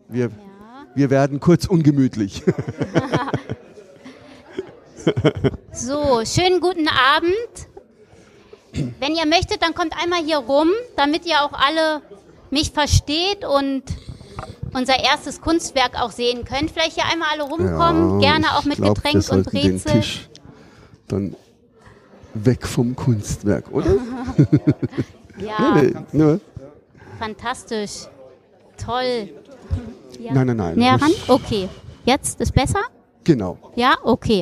Wir werden kurz ungemütlich. So, schönen guten Abend. Wenn ihr möchtet, dann kommt einmal hier rum, damit ihr auch alle mich versteht und unser erstes Kunstwerk auch sehen könnt. Vielleicht hier einmal alle rumkommen, gerne auch mit Getränk und Brezel. Den Tisch dann weg vom Kunstwerk, oder? Ja, nee. Fantastisch, toll. Ja. Nein. Näher ran? Okay, jetzt ist besser? Genau. Ja, okay.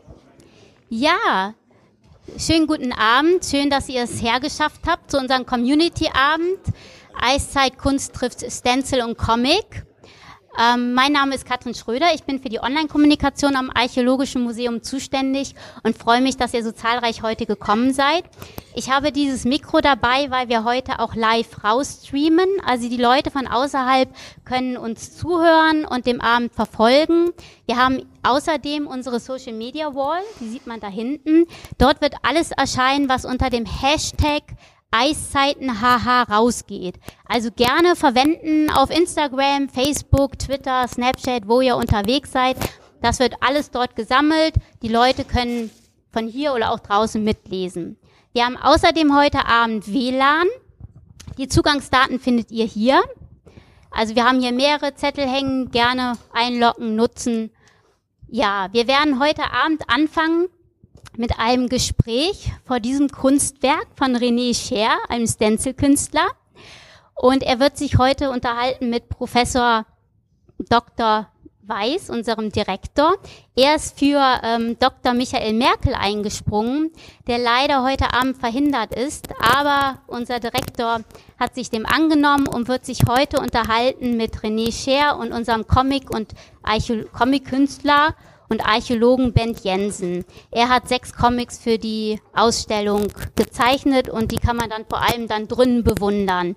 Ja, schönen guten Abend. Schön, dass ihr es hergeschafft habt zu unserem Community-Abend. Eiszeit Kunst trifft Stencil und Comic. Mein Name ist Katrin Schröder. Ich bin für die Online-Kommunikation am Archäologischen Museum zuständig und freue mich, dass ihr so zahlreich heute gekommen seid. Ich habe dieses Mikro dabei, weil wir heute auch live rausstreamen. Also die Leute von außerhalb können uns zuhören und dem Abend verfolgen. Wir haben außerdem unsere Social Media Wall, die sieht man da hinten. Dort wird alles erscheinen, was unter dem Hashtag Eiszeiten rausgeht. Also gerne verwenden auf Instagram, Facebook, Twitter, Snapchat, wo ihr unterwegs seid. Das wird alles dort gesammelt. Die Leute können von hier oder auch draußen mitlesen. Wir haben außerdem heute Abend WLAN. Die Zugangsdaten findet ihr hier. Also wir haben hier mehrere Zettel hängen. Gerne einloggen, nutzen. Ja, wir werden heute Abend anfangen mit einem Gespräch vor diesem Kunstwerk von René Scher, einem Stencil-Künstler. Und er wird sich heute unterhalten mit Professor Dr. Weiß, unserem Direktor. Er ist für Dr. Michael Merkel eingesprungen, der leider heute Abend verhindert ist. Aber unser Direktor hat sich dem angenommen und wird sich heute unterhalten mit René Scher und unserem Comic- und Comic-Künstler und Archäologen Bent Jensen. Er hat 6 Comics für die Ausstellung gezeichnet und die kann man dann vor allem dann drinnen bewundern.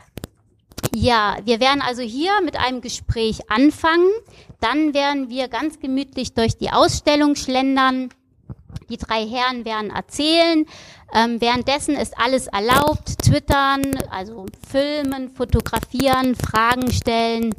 Ja, wir werden also hier mit einem Gespräch anfangen. Dann werden wir ganz gemütlich durch die Ausstellung schlendern. Die 3 Herren werden erzählen. Währenddessen ist alles erlaubt. Twittern, also filmen, fotografieren, Fragen stellen.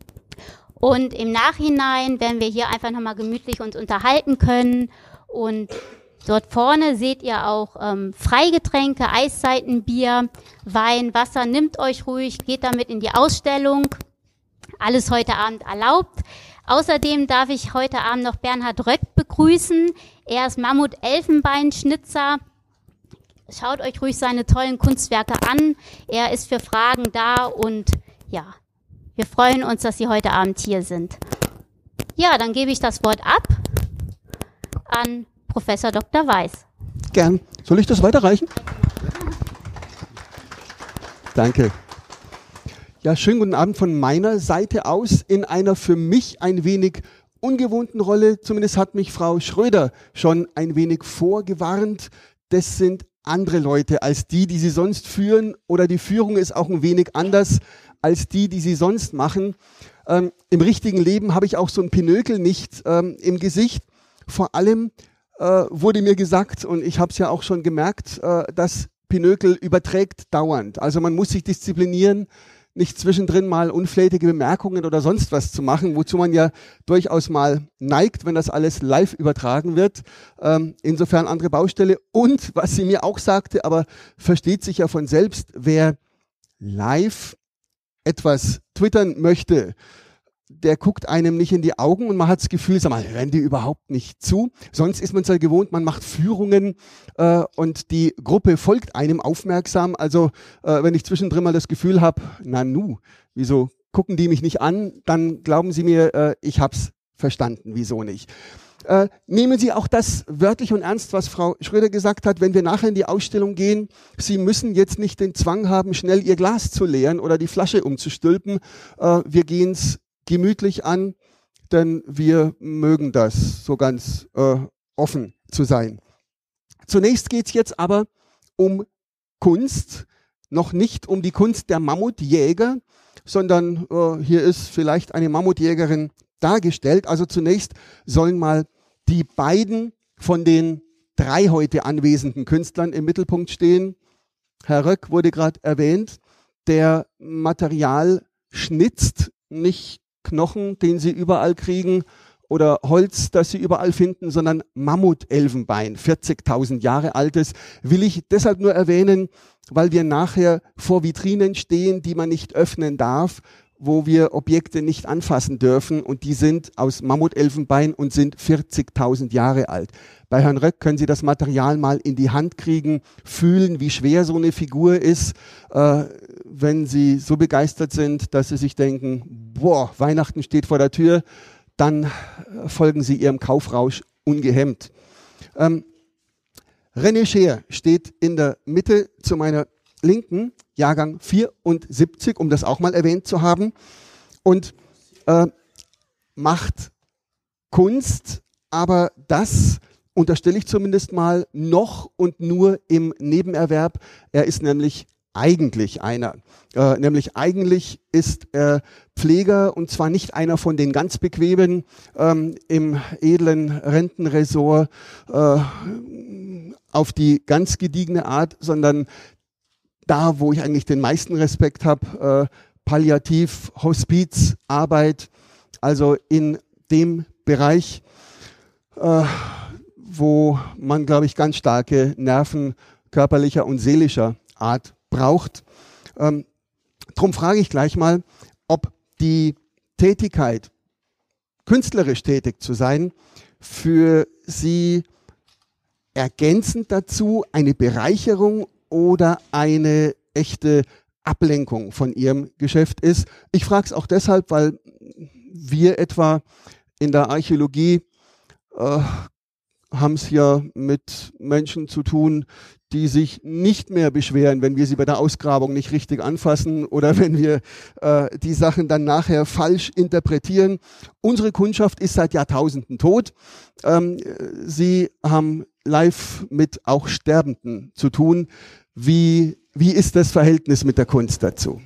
Und im Nachhinein werden wir hier einfach nochmal gemütlich uns unterhalten können. Und dort vorne seht ihr auch Freigetränke, Eiszeitenbier, Wein, Wasser. Nehmt euch ruhig, geht damit in die Ausstellung. Alles heute Abend erlaubt. Außerdem darf ich heute Abend noch Bernhard Röck begrüßen. Er ist Mammut-Elfenbeinschnitzer. Schaut euch ruhig seine tollen Kunstwerke an. Er ist für Fragen da und ja, wir freuen uns, dass Sie heute Abend hier sind. Ja, dann gebe ich das Wort ab an Professor Dr. Weiß. Gern. Soll ich das weiterreichen? Danke. Ja, schönen guten Abend von meiner Seite aus in einer für mich ein wenig ungewohnten Rolle. Zumindest hat mich Frau Schröder schon ein wenig vorgewarnt. Das sind andere Leute als die sie sonst führen, oder die Führung ist auch ein wenig anders als die sie sonst machen. Im richtigen Leben habe ich auch so ein Pinökel nicht im Gesicht. Vor allem wurde mir gesagt, und ich habe es ja auch schon gemerkt, dass Pinökel überträgt dauernd. Also man muss sich disziplinieren, nicht zwischendrin mal unflätige Bemerkungen oder sonst was zu machen, wozu man ja durchaus mal neigt, wenn das alles live übertragen wird. Insofern andere Baustelle. Und was sie mir auch sagte, aber versteht sich ja von selbst, wer live etwas twittern möchte, der guckt einem nicht in die Augen und man hat das Gefühl, sag mal, hören die überhaupt nicht zu? Sonst ist man es ja gewohnt, man macht Führungen und die Gruppe folgt einem aufmerksam. Also wenn ich zwischendrin mal das Gefühl habe, wieso gucken die mich nicht an, dann glauben Sie mir, ich hab's verstanden, wieso nicht. Nehmen Sie auch das wörtlich und ernst, was Frau Schröder gesagt hat, wenn wir nachher in die Ausstellung gehen. Sie müssen jetzt nicht den Zwang haben, schnell Ihr Glas zu leeren oder die Flasche umzustülpen. Wir gehen es gemütlich an, denn wir mögen das, so ganz offen zu sein. Zunächst geht es jetzt aber um Kunst, noch nicht um die Kunst der Mammutjäger, sondern hier ist vielleicht eine Mammutjägerin dargestellt. Also zunächst sollen mal die beiden von den 3 heute anwesenden Künstlern im Mittelpunkt stehen. Herr Röck wurde gerade erwähnt, der Material schnitzt, nicht Knochen, den Sie überall kriegen, oder Holz, das Sie überall finden, sondern Mammutelfenbein, 40.000 Jahre altes, will ich deshalb nur erwähnen, weil wir nachher vor Vitrinen stehen, die man nicht öffnen darf, wo wir Objekte nicht anfassen dürfen, und die sind aus Mammutelfenbein und sind 40.000 Jahre alt. Bei Herrn Röck können Sie das Material mal in die Hand kriegen, fühlen, wie schwer so eine Figur ist, wenn Sie so begeistert sind, dass Sie sich denken, boah, Weihnachten steht vor der Tür, dann folgen Sie Ihrem Kaufrausch ungehemmt. René Scheer steht in der Mitte zu meiner Linken, Jahrgang 74, um das auch mal erwähnt zu haben, und macht Kunst, aber das unterstelle ich zumindest mal noch und nur im Nebenerwerb. Er ist nämlich eigentlich einer. Eigentlich ist er Pfleger, und zwar nicht einer von den ganz bequemen im edlen Rentenresort auf die ganz gediegene Art, sondern da, wo ich eigentlich den meisten Respekt habe, Palliativ, Hospiz, Arbeit, also in dem Bereich, wo man, glaube ich, ganz starke Nerven körperlicher und seelischer Art braucht. Drum frage ich gleich mal, ob die Tätigkeit, künstlerisch tätig zu sein, für Sie ergänzend dazu eine Bereicherung oder eine echte Ablenkung von Ihrem Geschäft ist. Ich frage es auch deshalb, weil wir etwa in der Archäologie haben es ja mit Menschen zu tun, die sich nicht mehr beschweren, wenn wir sie bei der Ausgrabung nicht richtig anfassen oder wenn wir die Sachen dann nachher falsch interpretieren. Unsere Kundschaft ist seit Jahrtausenden tot. Sie haben live mit auch Sterbenden zu tun. Wie ist das Verhältnis mit der Kunst dazu?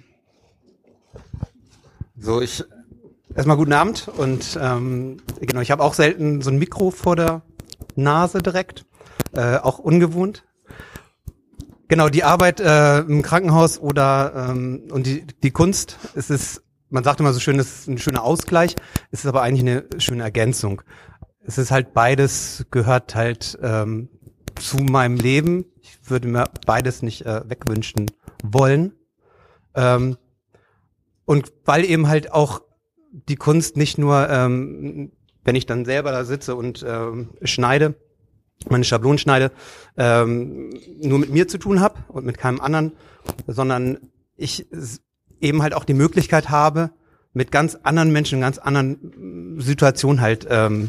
So, erstmal guten Abend, und genau, ich habe auch selten so ein Mikro vor der Nase direkt, auch ungewohnt. Genau, die Arbeit im Krankenhaus oder und die Kunst, man sagt immer so schön, es ist ein schöner Ausgleich, es ist aber eigentlich eine schöne Ergänzung. Es ist halt beides, gehört halt zu meinem Leben. Ich würde mir beides nicht wegwünschen wollen. Und weil eben halt auch die Kunst nicht nur, wenn ich dann selber da sitze und schneide, meine Schablonen schneide, nur mit mir zu tun habe und mit keinem anderen, sondern ich eben halt auch die Möglichkeit habe, mit ganz anderen Menschen, ganz anderen Situationen halt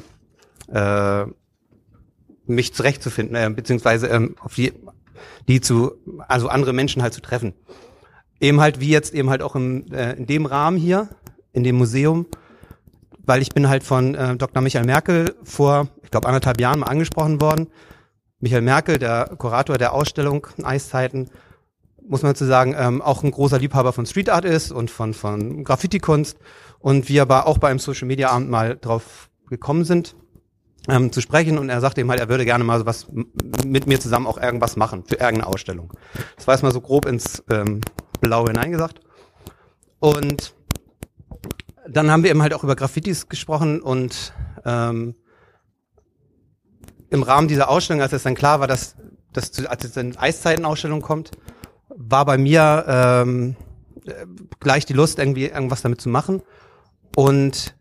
mich zurechtzufinden, beziehungsweise auf also andere Menschen halt zu treffen. Eben halt wie jetzt eben halt auch in dem Rahmen hier, in dem Museum, weil ich bin halt von Dr. Michael Merkel vor, ich glaube, 1,5 Jahren mal angesprochen worden. Michael Merkel, der Kurator der Ausstellung Eiszeiten, muss man dazu sagen, auch ein großer Liebhaber von Street Art ist und von Graffiti-Kunst, und wir aber auch bei einem Social Media Abend mal drauf gekommen sind, zu sprechen, und er sagte ihm halt, er würde gerne mal so was mit mir zusammen auch irgendwas machen für irgendeine Ausstellung. Das war erstmal so grob ins Blaue hineingesagt. Und dann haben wir eben halt auch über Graffitis gesprochen, und im Rahmen dieser Ausstellung, als es dann klar war, als es eine Eiszeitenausstellung kommt, war bei mir gleich die Lust, irgendwie irgendwas damit zu machen. Und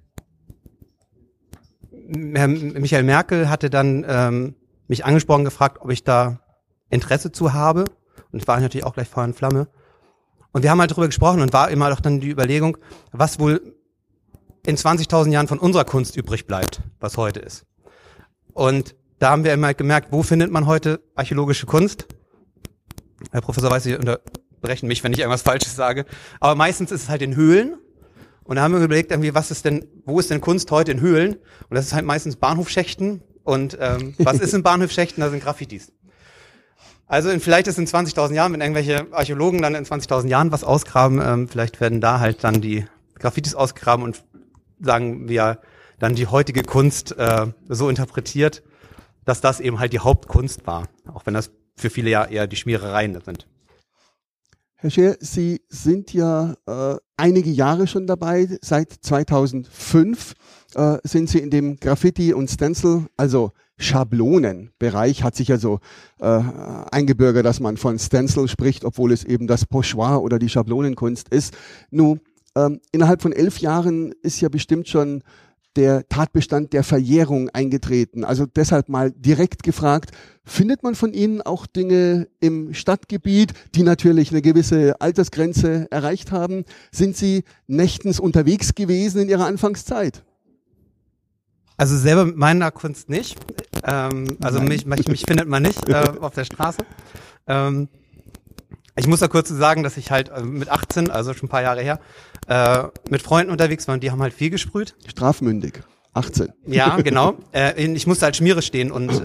Herr Michael Merkel hatte dann mich angesprochen, gefragt, ob ich da Interesse zu habe. Und ich war natürlich auch gleich Feuer und Flamme. Und wir haben halt darüber gesprochen, und war immer auch dann die Überlegung, was wohl in 20.000 Jahren von unserer Kunst übrig bleibt, was heute ist. Und da haben wir immer halt gemerkt, wo findet man heute archäologische Kunst? Herr Professor Weiß, Sie unterbrechen mich, wenn ich irgendwas Falsches sage. Aber meistens ist es halt in Höhlen. Und da haben wir überlegt, irgendwie, wo ist denn Kunst heute in Höhlen? Und das ist halt meistens Bahnhofschächten. Und was ist in Bahnhofschächten? Da sind Graffitis. Also vielleicht ist in 20.000 Jahren, wenn irgendwelche Archäologen dann in 20.000 Jahren was ausgraben, vielleicht werden da halt dann die Graffitis ausgegraben und sagen wir dann die heutige Kunst so interpretiert, dass das eben halt die Hauptkunst war. Auch wenn das für viele ja eher die Schmierereien sind. Herr Scheer, Sie sind ja einige Jahre schon dabei. Seit 2005 sind Sie in dem Graffiti- und Stencil, also Schablonenbereich, hat sich ja so eingebürgert, dass man von Stencil spricht, obwohl es eben das Pochoir oder die Schablonenkunst ist. Nun, innerhalb von 11 Jahren ist ja bestimmt schon der Tatbestand der Verjährung eingetreten. Also deshalb mal direkt gefragt, findet man von Ihnen auch Dinge im Stadtgebiet, die natürlich eine gewisse Altersgrenze erreicht haben? Sind Sie nächtens unterwegs gewesen in Ihrer Anfangszeit? Also selber mit meiner Kunst nicht. Also mich findet man nicht auf der Straße. Ich muss da kurz sagen, dass ich halt mit 18, also schon ein paar Jahre her, mit Freunden unterwegs war und die haben halt viel gesprüht. Strafmündig, 18. Ja, genau. Ich musste halt Schmiere stehen und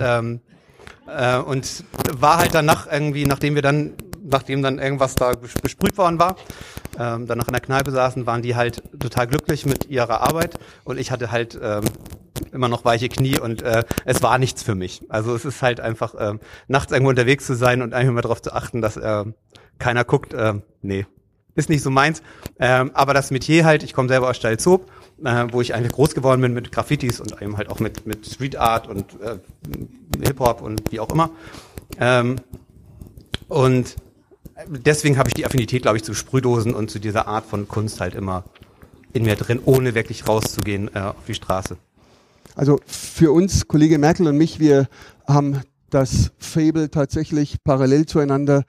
war halt danach irgendwie, nachdem dann irgendwas da besprüht worden war, dann noch in der Kneipe saßen, waren die halt total glücklich mit ihrer Arbeit und ich hatte halt immer noch weiche Knie und es war nichts für mich. Also es ist halt einfach nachts irgendwo unterwegs zu sein und einfach mal darauf zu achten, dass keiner guckt. Nee, ist nicht so meins. Aber das Metier halt, ich komme selber aus Stalzob, wo ich eigentlich groß geworden bin mit Graffitis und eben halt auch mit Street Art und Hip-Hop und wie auch immer. Und deswegen habe ich die Affinität, glaube ich, zu Sprühdosen und zu dieser Art von Kunst halt immer in mir drin, ohne wirklich rauszugehen auf die Straße. Also für uns, Kollege Merkel und mich, wir haben das Faible tatsächlich parallel zueinander,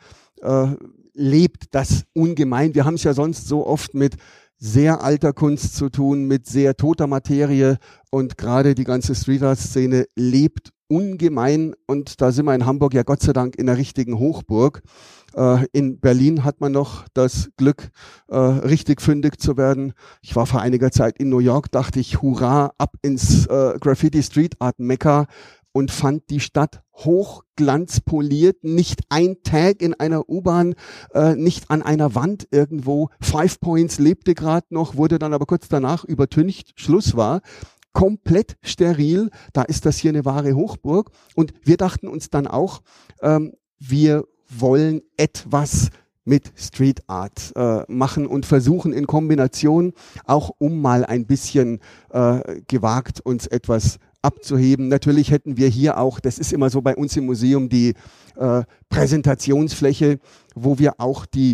lebt das ungemein. Wir haben es ja sonst so oft mit sehr alter Kunst zu tun, mit sehr toter Materie und gerade die ganze Street-Art-Szene lebt ungemein und da sind wir in Hamburg ja Gott sei Dank in der richtigen Hochburg. In Berlin hat man noch das Glück, richtig fündig zu werden. Ich war vor einiger Zeit in New York, dachte ich, hurra, ab ins Graffiti-Street-Art-Mekka und fand die Stadt hochglanzpoliert, nicht ein Tag in einer U-Bahn, nicht an einer Wand irgendwo. Five Points lebte gerade noch, wurde dann aber kurz danach übertüncht, Schluss war. Komplett steril, da ist das hier eine wahre Hochburg. Und wir dachten uns dann auch, wir wollen etwas mit Street Art machen und versuchen in Kombination auch mal ein bisschen gewagt uns etwas abzuheben. Natürlich hätten wir hier auch, das ist immer so bei uns im Museum, die Präsentationsfläche, wo wir auch die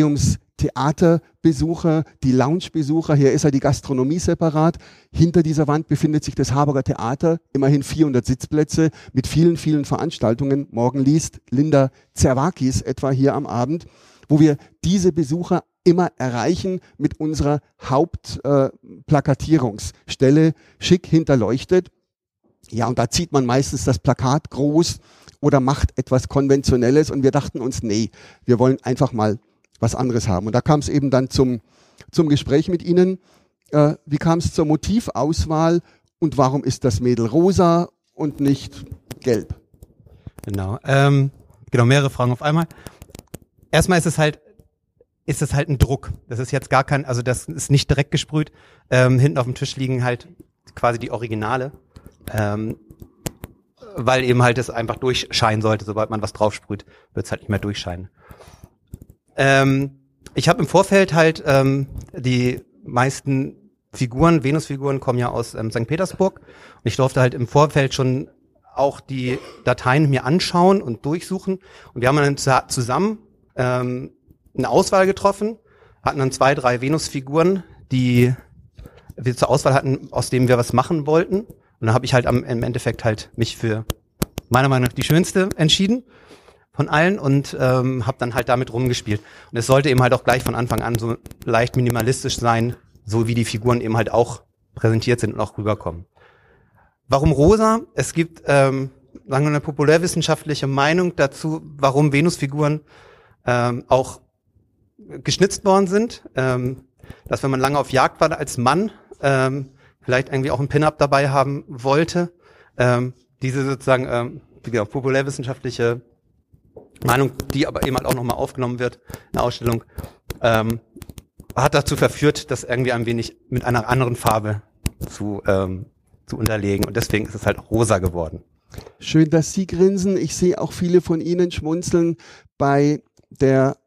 Museumstheaterbesucher, die Loungebesucher, hier ist ja die Gastronomie separat, hinter dieser Wand befindet sich das Harburger Theater, immerhin 400 Sitzplätze mit vielen, vielen Veranstaltungen. Morgen liest Linda Zerwakis etwa hier am Abend, wo wir diese Besucher immer erreichen mit unserer Hauptplakatierungsstelle, schick hinterleuchtet. Ja, und da zieht man meistens das Plakat groß oder macht etwas Konventionelles und wir dachten uns, nee, wir wollen einfach mal was anderes haben. Und da kam es eben dann zum Gespräch mit Ihnen. Wie kam es zur Motivauswahl und warum ist das Mädel rosa und nicht gelb? Genau, mehrere Fragen auf einmal. Erstmal ist es halt ein Druck. Das ist jetzt gar kein, also das ist nicht direkt gesprüht. Hinten auf dem Tisch liegen halt quasi die Originale. Weil eben halt es einfach durchscheinen sollte. Sobald man was drauf sprüht, wird es halt nicht mehr durchscheinen. Ich habe im Vorfeld halt die meisten Figuren, Venusfiguren kommen ja aus St. Petersburg. Und ich durfte halt im Vorfeld schon auch die Dateien mir anschauen und durchsuchen. Und wir haben dann zusammen eine Auswahl getroffen, hatten dann 2, 3 Venusfiguren, die wir zur Auswahl hatten, aus denen wir was machen wollten. Und dann habe ich halt im Endeffekt halt mich für meiner Meinung nach die schönste entschieden von allen und habe dann halt damit rumgespielt. Und es sollte eben halt auch gleich von Anfang an so leicht minimalistisch sein, so wie die Figuren eben halt auch präsentiert sind und auch rüberkommen. Warum rosa? Es gibt sagen wir eine populärwissenschaftliche Meinung dazu, warum Venusfiguren auch geschnitzt worden sind. Dass wenn man lange auf Jagd war als Mann, vielleicht irgendwie auch ein Pin-Up dabei haben wollte. Diese sozusagen populärwissenschaftliche Meinung, die aber eben halt auch nochmal aufgenommen wird in der Ausstellung, hat dazu verführt, das irgendwie ein wenig mit einer anderen Farbe zu unterlegen. Und deswegen ist es halt auch rosa geworden. Schön, dass Sie grinsen. Ich sehe auch viele von Ihnen schmunzeln bei der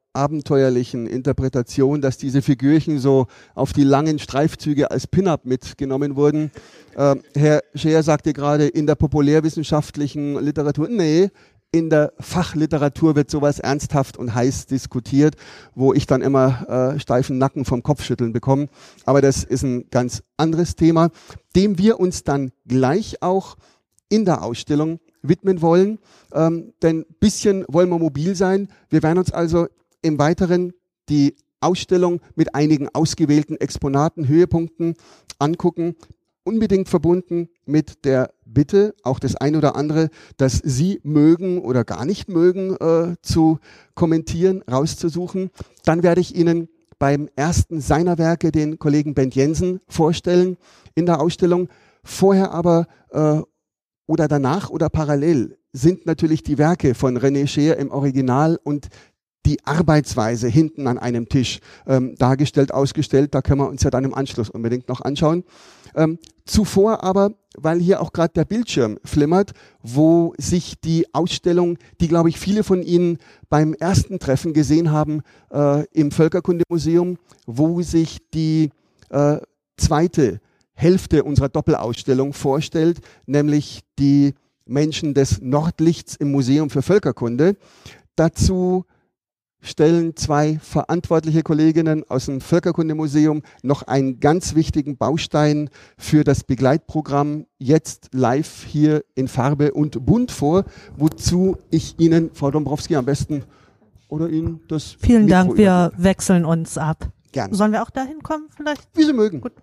abenteuerlichen Interpretation, dass diese Figürchen so auf die langen Streifzüge als Pin-Up mitgenommen wurden. Herr Scheer sagte gerade, in der populärwissenschaftlichen Literatur, nee, in der Fachliteratur wird sowas ernsthaft und heiß diskutiert, wo ich dann immer steifen Nacken vom Kopfschütteln bekomme. Aber das ist ein ganz anderes Thema, dem wir uns dann gleich auch in der Ausstellung widmen wollen. Denn ein bisschen wollen wir mobil sein. Wir werden uns also im Weiteren die Ausstellung mit einigen ausgewählten Exponaten, Höhepunkten angucken. Unbedingt verbunden mit der Bitte, auch das ein oder andere, das Sie mögen oder gar nicht mögen, zu kommentieren, rauszusuchen. Dann werde ich Ihnen beim ersten seiner Werke den Kollegen Bent Jensen vorstellen in der Ausstellung. Vorher aber oder danach oder parallel sind natürlich die Werke von René Scheer im Original und die Arbeitsweise hinten an einem Tisch dargestellt, ausgestellt. Da können wir uns ja dann im Anschluss unbedingt noch anschauen. Zuvor aber, weil hier auch gerade der Bildschirm flimmert, wo sich die Ausstellung, die glaube ich viele von Ihnen beim ersten Treffen gesehen haben, im Völkerkundemuseum, wo sich die zweite Hälfte unserer Doppelausstellung vorstellt, nämlich die Menschen des Nordlichts im Museum für Völkerkunde. Dazu stellen zwei verantwortliche Kolleginnen aus dem Völkerkundemuseum noch einen ganz wichtigen Baustein für das Begleitprogramm jetzt live hier in Farbe und bunt vor, wozu ich Ihnen, Frau Dombrowski, am besten oder Ihnen das Vielen Mikro Dank, wir wechseln uns ab. Gerne. Sollen wir auch dahin kommen vielleicht? Wie Sie mögen. Gut.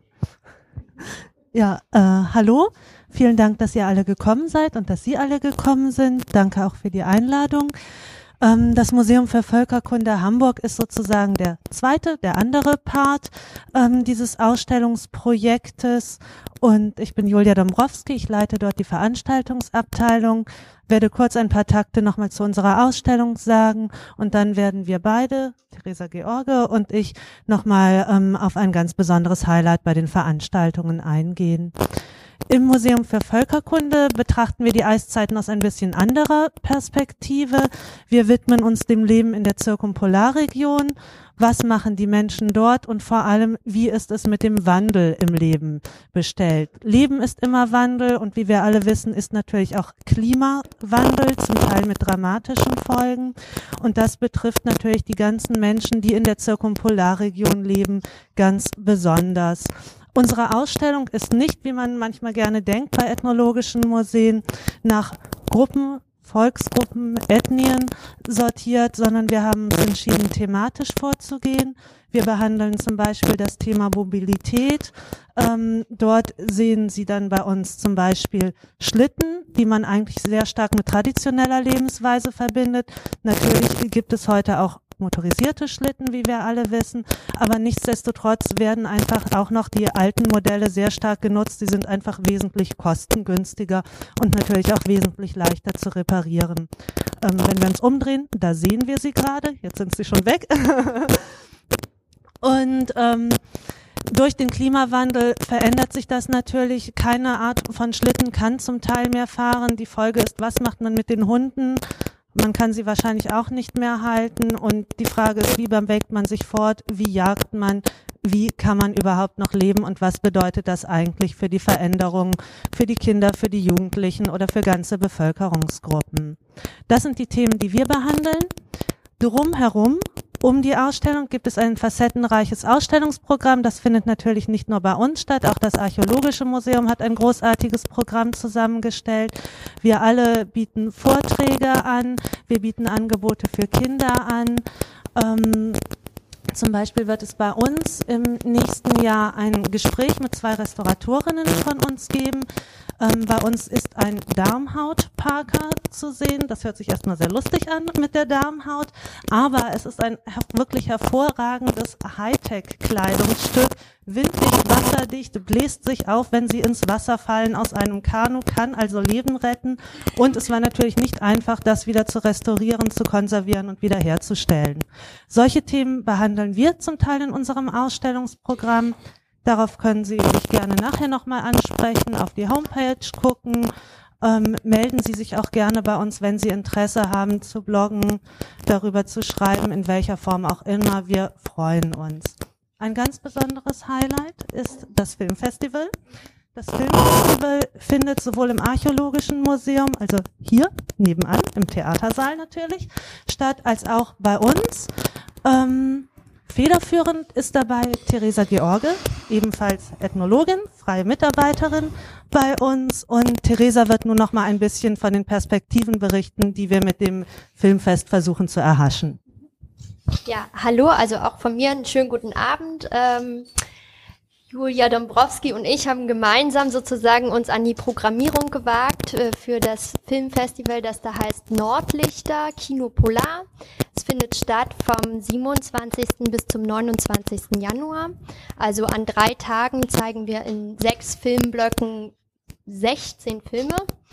Ja, hallo. Vielen Dank, dass ihr alle gekommen seid und dass Sie alle gekommen sind. Danke auch für die Einladung. Das Museum für Völkerkunde Hamburg ist sozusagen der andere Part dieses Ausstellungsprojektes. Und ich bin Julia Dombrowski, ich leite dort die Veranstaltungsabteilung, werde kurz ein paar Takte nochmal zu unserer Ausstellung sagen und dann werden wir beide, Theresa George und ich, nochmal auf ein ganz besonderes Highlight bei den Veranstaltungen eingehen. Im Museum für Völkerkunde betrachten wir die Eiszeiten aus ein bisschen anderer Perspektive. Wir widmen uns dem Leben in der Zirkumpolarregion. Was machen die Menschen dort und vor allem, wie ist es mit dem Wandel im Leben bestellt? Leben ist immer Wandel und wie wir alle wissen, ist natürlich auch Klimawandel, zum Teil mit dramatischen Folgen. Und das betrifft natürlich die ganzen Menschen, die in der Zirkumpolarregion leben, ganz besonders. Unsere Ausstellung ist nicht, wie man manchmal gerne denkt bei ethnologischen Museen, nach Gruppen, Volksgruppen, Ethnien sortiert, sondern wir haben uns entschieden, thematisch vorzugehen. Wir behandeln zum Beispiel das Thema Mobilität. Dort sehen Sie dann bei uns zum Beispiel Schlitten, die man eigentlich sehr stark mit traditioneller Lebensweise verbindet. Natürlich gibt es heute auch motorisierte Schlitten, wie wir alle wissen, aber nichtsdestotrotz werden einfach auch noch die alten Modelle sehr stark genutzt. Die sind einfach wesentlich kostengünstiger und natürlich auch wesentlich leichter zu reparieren. Wenn wir uns umdrehen, da sehen wir sie gerade, jetzt sind sie schon weg. Und durch den Klimawandel verändert sich das natürlich. Keine Art von Schlitten kann zum Teil mehr fahren. Die Folge ist, was macht man mit den Hunden? Man kann sie wahrscheinlich auch nicht mehr halten und die Frage ist, wie bewegt man sich fort, wie jagt man, wie kann man überhaupt noch leben und was bedeutet das eigentlich für die Veränderung, für die Kinder, für die Jugendlichen oder für ganze Bevölkerungsgruppen. Das sind die Themen, die wir behandeln. Drumherum, um die Ausstellung, gibt es ein facettenreiches Ausstellungsprogramm. Das findet natürlich nicht nur bei uns statt. Auch das Archäologische Museum hat ein großartiges Programm zusammengestellt. Wir alle bieten Vorträge an. Wir bieten Angebote für Kinder an. Zum Beispiel wird es bei uns im nächsten Jahr ein Gespräch mit 2 Restauratorinnen von uns geben. Bei uns ist ein Darmhautparker zu sehen. Das hört sich erstmal sehr lustig an mit der Darmhaut, aber es ist ein wirklich hervorragendes Hightech-Kleidungsstück. Windig, wasserdicht, bläst sich auf, wenn sie ins Wasser fallen aus einem Kanu, kann also Leben retten. Und es war natürlich nicht einfach, das wieder zu restaurieren, zu konservieren und wiederherzustellen. Solche Themen behandeln wir zum Teil in unserem Ausstellungsprogramm. Darauf können Sie mich gerne nachher nochmal ansprechen, auf die Homepage gucken. melden Sie sich auch gerne bei uns, wenn Sie Interesse haben zu bloggen, darüber zu schreiben, in welcher Form auch immer. Wir freuen uns. Ein ganz besonderes Highlight ist das Filmfestival. Das Filmfestival findet sowohl im Archäologischen Museum, also hier nebenan, im Theatersaal natürlich, statt, als auch bei uns. Federführend ist dabei Theresa George, ebenfalls Ethnologin, freie Mitarbeiterin bei uns. Und Theresa wird nun noch mal ein bisschen von den Perspektiven berichten, die wir mit dem Filmfest versuchen zu erhaschen. Ja, hallo, also auch von mir einen schönen guten Abend. Julia Dombrowski und ich haben gemeinsam sozusagen uns an die Programmierung gewagt für das Filmfestival, das da heißt Nordlichter Kino Polar. Es findet statt vom 27. bis zum 29. Januar. Also an 3 Tagen zeigen wir in 6 Filmblöcken 16 Filme,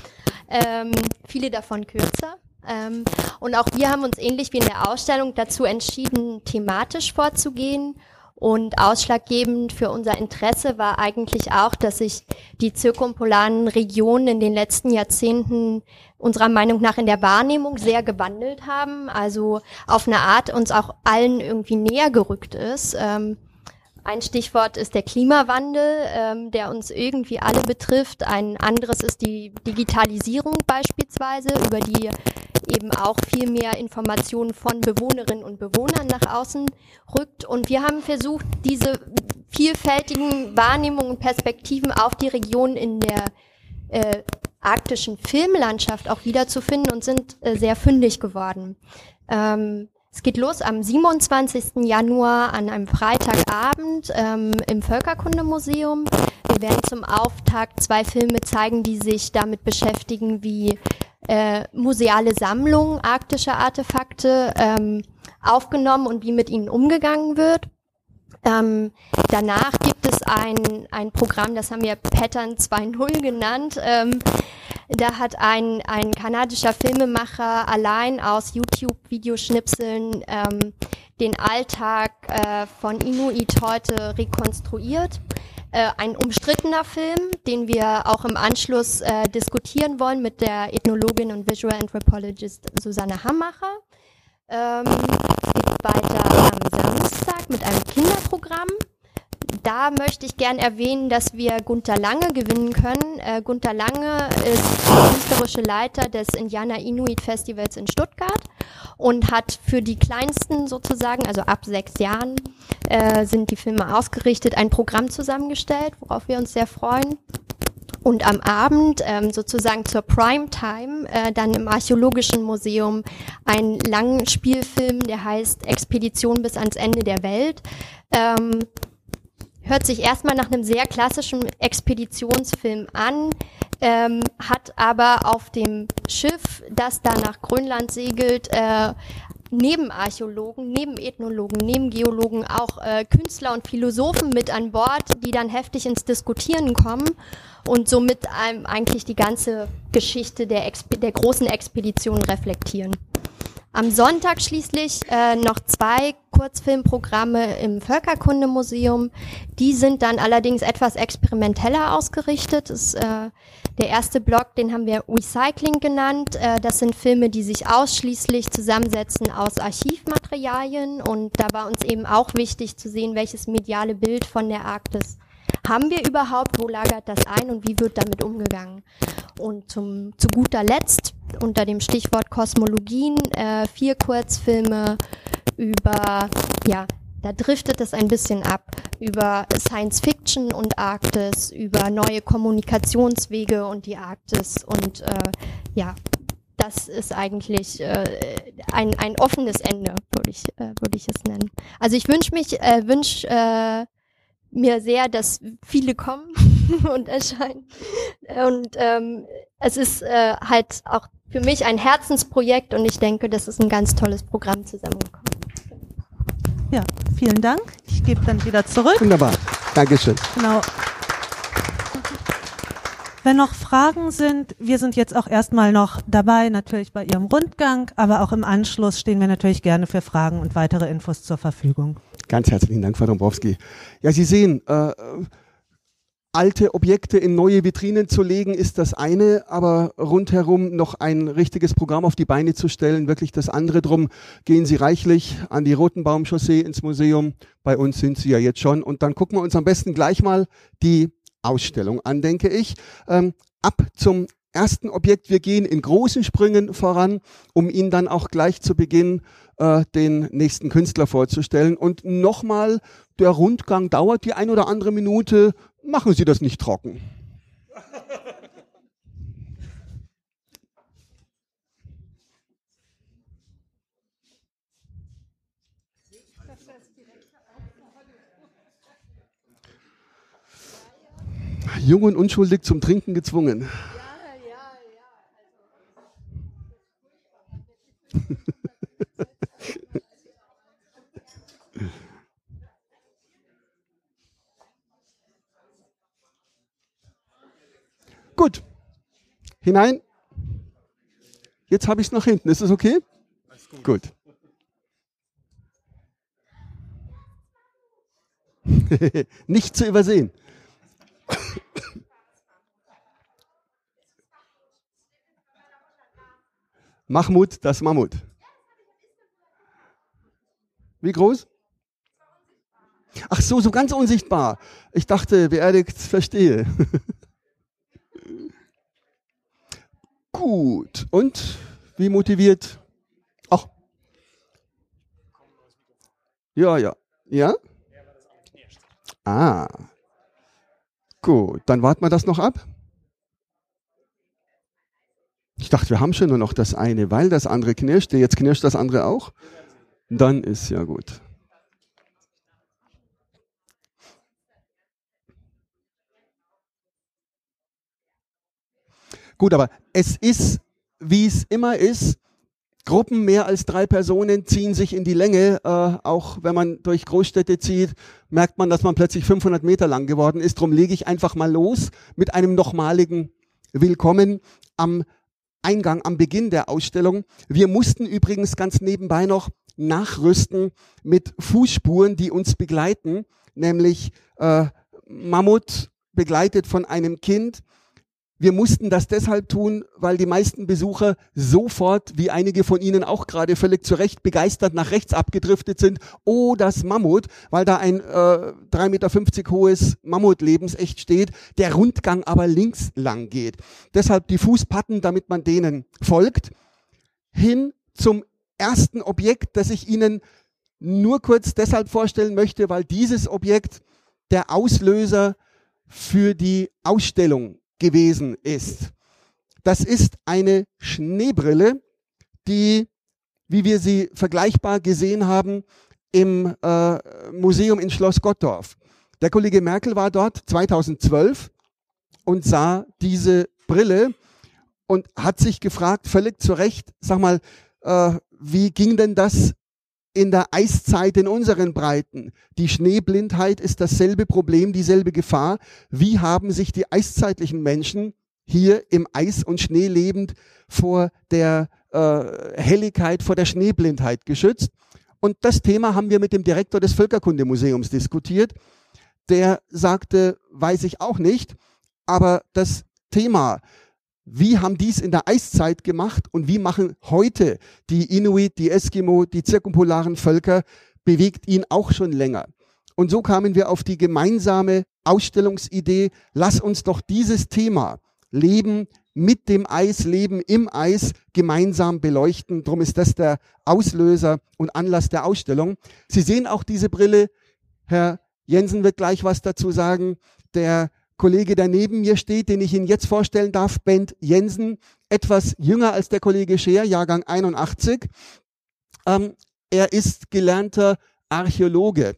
viele davon kürzer. Und auch wir haben uns ähnlich wie in der Ausstellung dazu entschieden, thematisch vorzugehen. Und ausschlaggebend für unser Interesse war eigentlich auch, dass sich die zirkumpolaren Regionen in den letzten Jahrzehnten unserer Meinung nach in der Wahrnehmung sehr gewandelt haben, also auf eine Art uns auch allen irgendwie näher gerückt ist. Ein Stichwort ist der Klimawandel, der uns irgendwie alle betrifft. Ein anderes ist die Digitalisierung beispielsweise, über die eben auch viel mehr Informationen von Bewohnerinnen und Bewohnern nach außen rückt. Und wir haben versucht, diese vielfältigen Wahrnehmungen und Perspektiven auf die Region in der arktischen Filmlandschaft auch wiederzufinden und sind sehr fündig geworden. Es geht los am 27. Januar an einem Freitagabend im Völkerkundemuseum. Wir werden zum Auftakt 2 Filme zeigen, die sich damit beschäftigen, wie museale Sammlungen arktischer Artefakte aufgenommen und wie mit ihnen umgegangen wird. Danach gibt es ein Programm, das haben wir Pattern 2.0 genannt. Da hat ein kanadischer Filmemacher allein aus YouTube-Videoschnipseln den Alltag von Inuit heute rekonstruiert. Ein umstrittener Film, den wir auch im Anschluss diskutieren wollen mit der Ethnologin und Visual Anthropologist Susanne Hammacher. Es geht weiter am Samstag mit einem Kinderprogramm. Da möchte ich gern erwähnen, dass wir Gunter Lange gewinnen können. Gunter Lange ist der künstlerische Leiter des Indianer Inuit Festivals in Stuttgart und hat für die Kleinsten sozusagen, also ab 6 Jahren, sind die Filme ausgerichtet, ein Programm zusammengestellt, worauf wir uns sehr freuen. Und am Abend, sozusagen zur Primetime, dann im Archäologischen Museum einen langen Spielfilm, der heißt Expedition bis ans Ende der Welt. Hört sich erstmal nach einem sehr klassischen Expeditionsfilm an, hat aber auf dem Schiff, das da nach Grönland segelt, neben Archäologen, neben Ethnologen, neben Geologen auch Künstler und Philosophen mit an Bord, die dann heftig ins Diskutieren kommen und somit eigentlich die ganze Geschichte der großen Expedition reflektieren. Am Sonntag schließlich noch 2 Kurzfilmprogramme im Völkerkundemuseum. Die sind dann allerdings etwas experimenteller ausgerichtet. Der erste Block, den haben wir Recycling genannt. Das sind Filme, die sich ausschließlich zusammensetzen aus Archivmaterialien. Und da war uns eben auch wichtig zu sehen, welches mediale Bild von der Arktis haben wir überhaupt, wo lagert das ein und wie wird damit umgegangen. Und zu guter Letzt, unter dem Stichwort Kosmologien, 4 Kurzfilme über, ja, da driftet es ein bisschen ab, über Science Fiction und Arktis, über neue Kommunikationswege und die Arktis und ja, das ist eigentlich ein offenes Ende, würde ich es nennen. Also ich wünsche mir sehr, dass viele kommen und erscheinen. Und es ist halt auch für mich ein Herzensprojekt und ich denke, das ist ein ganz tolles Programm zusammengekommen. Ja, vielen Dank. Ich gebe dann wieder zurück. Wunderbar. Dankeschön. Genau. Wenn noch Fragen sind, wir sind jetzt auch erstmal noch dabei, natürlich bei Ihrem Rundgang, aber auch im Anschluss stehen wir natürlich gerne für Fragen und weitere Infos zur Verfügung. Ganz herzlichen Dank, Frau Dombrowski. Ja, Sie sehen, alte Objekte in neue Vitrinen zu legen, ist das eine, aber rundherum noch ein richtiges Programm auf die Beine zu stellen, wirklich das andere. Drum gehen Sie reichlich an die Rotenbaum-Chaussee ins Museum. Bei uns sind Sie ja jetzt schon. Und dann gucken wir uns am besten gleich mal die Ausstellung an, denke ich. Ab zum ersten Objekt. Wir gehen in großen Sprüngen voran, um Ihnen dann auch gleich zu Beginn den nächsten Künstler vorzustellen. Und nochmal, der Rundgang dauert die ein oder andere Minute. Machen Sie das nicht trocken. Jung und unschuldig zum Trinken gezwungen. Gut. Hinein. Jetzt habe ich es nach hinten. Ist das okay? Gut. Nicht zu übersehen. Mahmud, das Mammut. Wie groß? Ach so, so ganz unsichtbar. Ich dachte, beerdigt, verstehe. Gut. Und wie motiviert? Ach. Ja, ja. Ja? Ah. Gut, dann warten wir das noch ab. Ich dachte, wir haben schon nur noch das eine, weil das andere knirscht. Jetzt knirscht das andere auch. Dann ist ja gut. Gut, aber es ist, wie es immer ist, Gruppen mehr als 3 Personen ziehen sich in die Länge. Auch wenn man durch Großstädte zieht, merkt man, dass man plötzlich 500 Meter lang geworden ist. Drum lege ich einfach mal los mit einem nochmaligen Willkommen am Eingang, am Beginn der Ausstellung. Wir mussten übrigens ganz nebenbei noch nachrüsten mit Fußspuren, die uns begleiten, nämlich Mammut begleitet von einem Kind. Wir mussten das deshalb tun, weil die meisten Besucher sofort, wie einige von Ihnen auch gerade völlig zu Recht begeistert nach rechts abgedriftet sind. Oh, das Mammut, weil da ein 3,50 Meter hohes Mammut lebensecht steht, der Rundgang aber links lang geht. Deshalb die Fußpatten, damit man denen folgt. Hin zum ersten Objekt, das ich Ihnen nur kurz deshalb vorstellen möchte, weil dieses Objekt der Auslöser für die Ausstellung gewesen ist. Das ist eine Schneebrille, die, wie wir sie vergleichbar gesehen haben, im Museum in Schloss Gottorf. Der Kollege Merkel war dort 2012 und sah diese Brille und hat sich gefragt, völlig zu Recht, sag mal, wie ging denn das in der Eiszeit in unseren Breiten? Die Schneeblindheit ist dasselbe Problem, dieselbe Gefahr. Wie haben sich die eiszeitlichen Menschen hier im Eis und Schnee lebend vor der Helligkeit, vor der Schneeblindheit geschützt? Und das Thema haben wir mit dem Direktor des Völkerkundemuseums diskutiert. Der sagte, weiß ich auch nicht, aber das Thema, wie haben dies in der Eiszeit gemacht und wie machen heute die Inuit, die Eskimo, die zirkumpolaren Völker, bewegt ihn auch schon länger. Und so kamen wir auf die gemeinsame Ausstellungsidee, lass uns doch dieses Thema Leben mit dem Eis, Leben im Eis gemeinsam beleuchten. Drum ist das der Auslöser und Anlass der Ausstellung. Sie sehen auch diese Brille. Herr Jensen wird gleich was dazu sagen. Der Kollege, der neben mir steht, den ich Ihnen jetzt vorstellen darf, Bent Jensen, etwas jünger als der Kollege Scheer, Jahrgang 81. Er ist gelernter Archäologe.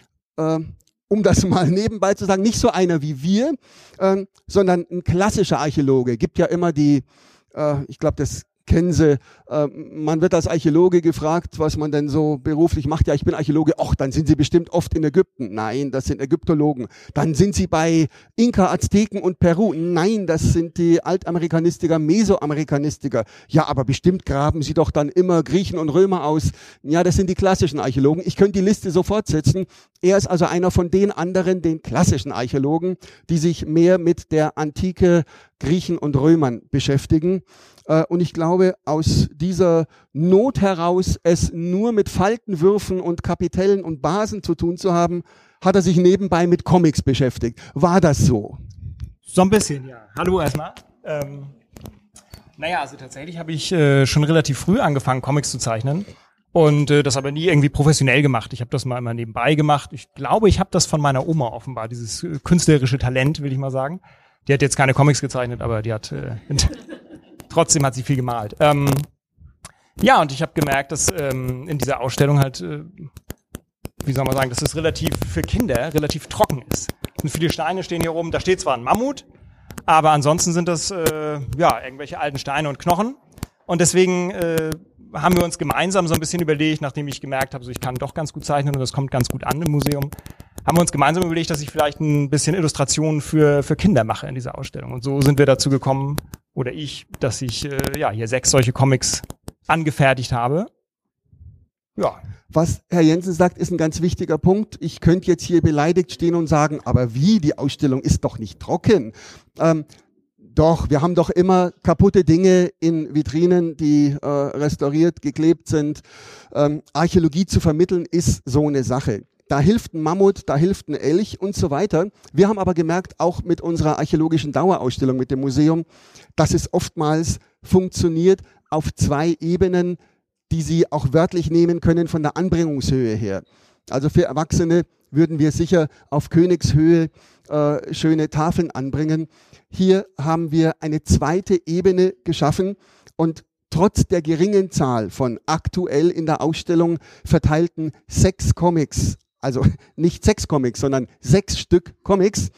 Um das mal nebenbei zu sagen, nicht so einer wie wir, sondern ein klassischer Archäologe. Gibt ja immer die, ich glaube, das kennen Sie, man wird als Archäologe gefragt, was man denn so beruflich macht. Ja, ich bin Archäologe. Ach, dann sind Sie bestimmt oft in Ägypten. Nein, das sind Ägyptologen. Dann sind Sie bei Inka, Azteken und Peru. Nein, das sind die Altamerikanistiker, Mesoamerikanistiker. Ja, aber bestimmt graben Sie doch dann immer Griechen und Römer aus. Ja, das sind die klassischen Archäologen. Ich könnte die Liste so fortsetzen. Er ist also einer von den anderen, den klassischen Archäologen, die sich mehr mit der Antike, Griechen und Römern beschäftigen. Und ich glaube, aus dieser Not heraus, es nur mit Faltenwürfen und Kapitellen und Basen zu tun zu haben, hat er sich nebenbei mit Comics beschäftigt. War das so? So ein bisschen, ja. Hallo erstmal. Also tatsächlich habe ich schon relativ früh angefangen, Comics zu zeichnen. Und das aber nie irgendwie professionell gemacht. Ich habe das mal immer nebenbei gemacht. Ich glaube, ich habe das von meiner Oma offenbar, dieses künstlerische Talent, will ich mal sagen. Die hat jetzt keine Comics gezeichnet, aber die hat... Trotzdem hat sie viel gemalt. Und ich habe gemerkt, dass in dieser Ausstellung halt, wie soll man sagen, dass es relativ für Kinder relativ trocken ist. Und viele Steine stehen hier oben, da steht zwar ein Mammut, aber ansonsten sind das irgendwelche alten Steine und Knochen. Und deswegen haben wir uns gemeinsam so ein bisschen überlegt, nachdem ich gemerkt habe, so ich kann doch ganz gut zeichnen und das kommt ganz gut an im Museum, haben wir uns gemeinsam überlegt, dass ich vielleicht ein bisschen Illustrationen für Kinder mache in dieser Ausstellung. Und so sind wir dazu gekommen, oder ich, dass ich hier 6 solche Comics angefertigt habe. Ja. Was Herr Jensen sagt, ist ein ganz wichtiger Punkt. Ich könnte jetzt hier beleidigt stehen und sagen, aber wie, die Ausstellung ist doch nicht trocken. Doch, wir haben doch immer kaputte Dinge in Vitrinen, die restauriert, geklebt sind. Archäologie zu vermitteln ist so eine Sache. Da hilft ein Mammut, da hilft ein Elch und so weiter. Wir haben aber gemerkt, auch mit unserer archäologischen Dauerausstellung mit dem Museum, dass es oftmals funktioniert auf 2 Ebenen, die Sie auch wörtlich nehmen können von der Anbringungshöhe her. Also für Erwachsene würden wir sicher auf Königshöhe schöne Tafeln anbringen. Hier haben wir eine zweite Ebene geschaffen und trotz der geringen Zahl von aktuell in der Ausstellung verteilten 6 Comics, also nicht 6 Comics, sondern 6 Stück Comics,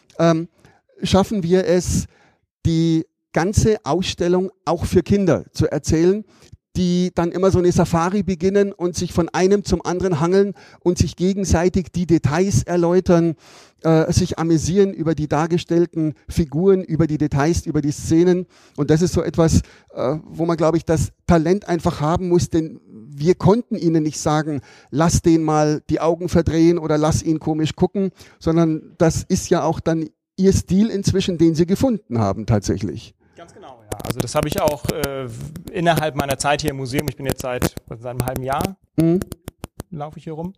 schaffen wir es, die ganze Ausstellung auch für Kinder zu erzählen, die dann immer so eine Safari beginnen und sich von einem zum anderen hangeln und sich gegenseitig die Details erläutern, sich amüsieren über die dargestellten Figuren, über die Details, über die Szenen. Und das ist so etwas, wo man, glaube ich, das Talent einfach haben muss, denn wir konnten ihnen nicht sagen, lass den mal die Augen verdrehen oder lass ihn komisch gucken, sondern das ist ja auch dann ihr Stil inzwischen, den sie gefunden haben tatsächlich. Ganz genau, ja. Also das habe ich auch innerhalb meiner Zeit hier im Museum, ich bin jetzt seit einem halben Jahr, laufe ich hier rum.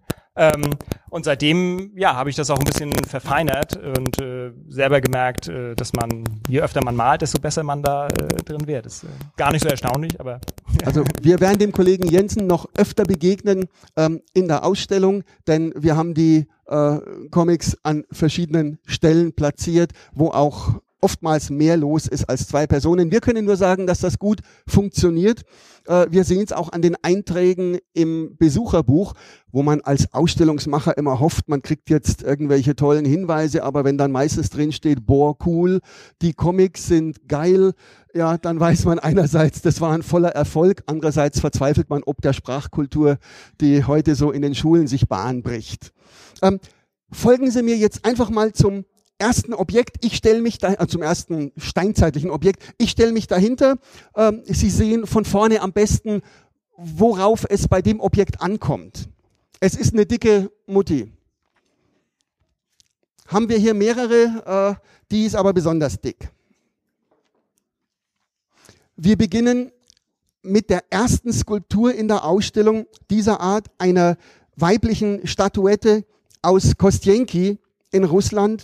Und seitdem, habe ich das auch ein bisschen verfeinert und selber gemerkt, dass man, je öfter man malt, desto besser man da drin wird. Das ist gar nicht so erstaunlich, aber... Also wir werden dem Kollegen Jensen noch öfter begegnen in der Ausstellung, denn wir haben die Comics an verschiedenen Stellen platziert, wo auch oftmals mehr los ist als 2 Personen. Wir können nur sagen, dass das gut funktioniert. Wir sehen es auch an den Einträgen im Besucherbuch, wo man als Ausstellungsmacher immer hofft, man kriegt jetzt irgendwelche tollen Hinweise, aber wenn dann meistens drin steht, boah, cool, die Comics sind geil, ja, dann weiß man einerseits, das war ein voller Erfolg, andererseits verzweifelt man ob der Sprachkultur, die heute so in den Schulen sich Bahn bricht. Folgen Sie mir jetzt einfach mal zum ersten Objekt, ich stelle mich da, zum ersten steinzeitlichen Objekt, ich stelle mich dahinter. Sie sehen von vorne am besten, worauf es bei dem Objekt ankommt. Es ist eine dicke Mutti. Haben wir hier mehrere, die ist aber besonders dick. Wir beginnen mit der ersten Skulptur in der Ausstellung dieser Art, einer weiblichen Statuette aus Kostjenki in Russland.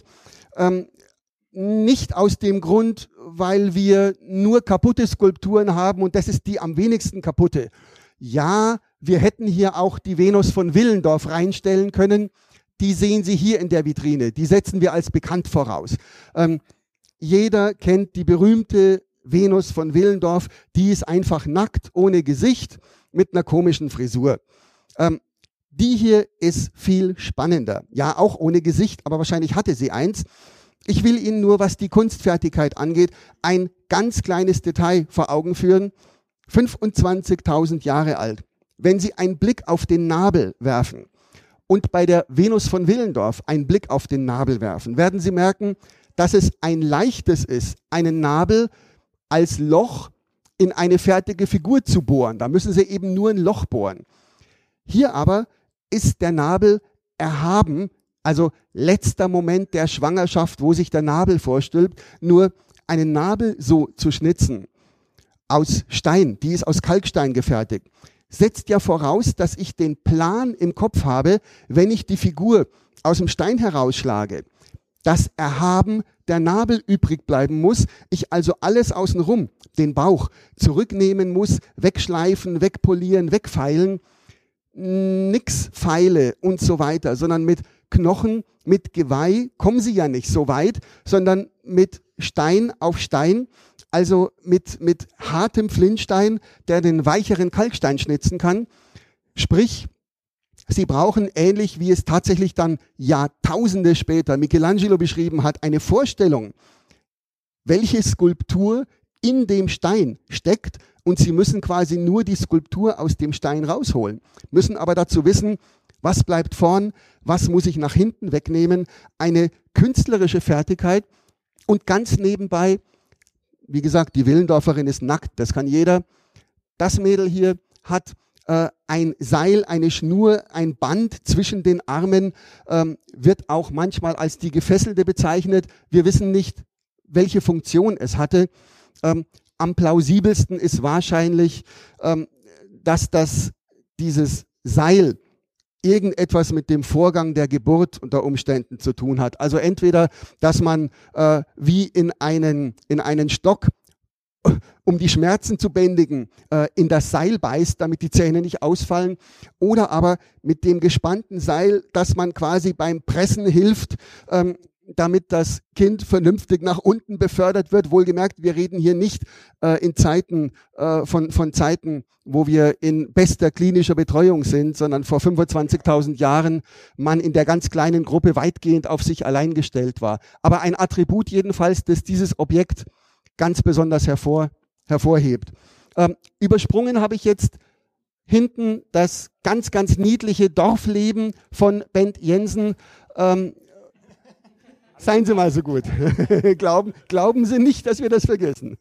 Nicht aus dem Grund, weil wir nur kaputte Skulpturen haben und das ist die am wenigsten kaputte. Ja, wir hätten hier auch die Venus von Willendorf reinstellen können. Die sehen Sie hier in der Vitrine. Die setzen wir als bekannt voraus. Jeder kennt die berühmte Venus von Willendorf. Die ist einfach nackt, ohne Gesicht, mit einer komischen Frisur. Die hier ist viel spannender. Ja, auch ohne Gesicht, aber wahrscheinlich hatte sie eins. Ich will Ihnen nur, was die Kunstfertigkeit angeht, ein ganz kleines Detail vor Augen führen. 25.000 Jahre alt. Wenn Sie einen Blick auf den Nabel werfen und bei der Venus von Willendorf einen Blick auf den Nabel werfen, werden Sie merken, dass es ein leichtes ist, einen Nabel als Loch in eine fertige Figur zu bohren. Da müssen Sie eben nur ein Loch bohren. Hier aber ist der Nabel erhaben, also letzter Moment der Schwangerschaft, wo sich der Nabel vorstülpt, nur einen Nabel so zu schnitzen aus Stein, die ist aus Kalkstein gefertigt, setzt ja voraus, dass ich den Plan im Kopf habe, wenn ich die Figur aus dem Stein herausschlage, dass erhaben der Nabel übrig bleiben muss, ich also alles außenrum, den Bauch, zurücknehmen muss, wegschleifen, wegpolieren, wegfeilen, nix Pfeile und so weiter, sondern mit Knochen, mit Geweih kommen Sie ja nicht so weit, sondern mit Stein auf Stein, also mit hartem Flintstein, der den weicheren Kalkstein schnitzen kann. Sprich, Sie brauchen, ähnlich wie es tatsächlich dann Jahrtausende später Michelangelo beschrieben hat, eine Vorstellung, welche Skulptur in dem Stein steckt, und Sie müssen quasi nur die Skulptur aus dem Stein rausholen, müssen aber dazu wissen, was bleibt vorn, was muss ich nach hinten wegnehmen, eine künstlerische Fertigkeit und ganz nebenbei, wie gesagt, die Willendorferin ist nackt, das kann jeder. Das Mädel hier hat ein Seil, eine Schnur, ein Band zwischen den Armen, wird auch manchmal als die Gefesselte bezeichnet. Wir wissen nicht, welche Funktion es hatte. Am plausibelsten ist wahrscheinlich, dass dieses Seil irgendetwas mit dem Vorgang der Geburt unter Umständen zu tun hat. Also entweder, dass man wie in einen Stock, um die Schmerzen zu bändigen, in das Seil beißt, damit die Zähne nicht ausfallen, oder aber mit dem gespannten Seil, dass man quasi beim Pressen hilft, damit das Kind vernünftig nach unten befördert wird. Wohlgemerkt, wir reden hier nicht in Zeiten von Zeiten, wo wir in bester klinischer Betreuung sind, sondern vor 25.000 Jahren man in der ganz kleinen Gruppe weitgehend auf sich allein gestellt war. Aber ein Attribut jedenfalls, das dieses Objekt ganz besonders hervorhebt. Übersprungen habe ich jetzt hinten das ganz, ganz niedliche Dorfleben von Bent Jensen. Seien Sie mal so gut. Glauben Sie nicht, dass wir das vergessen.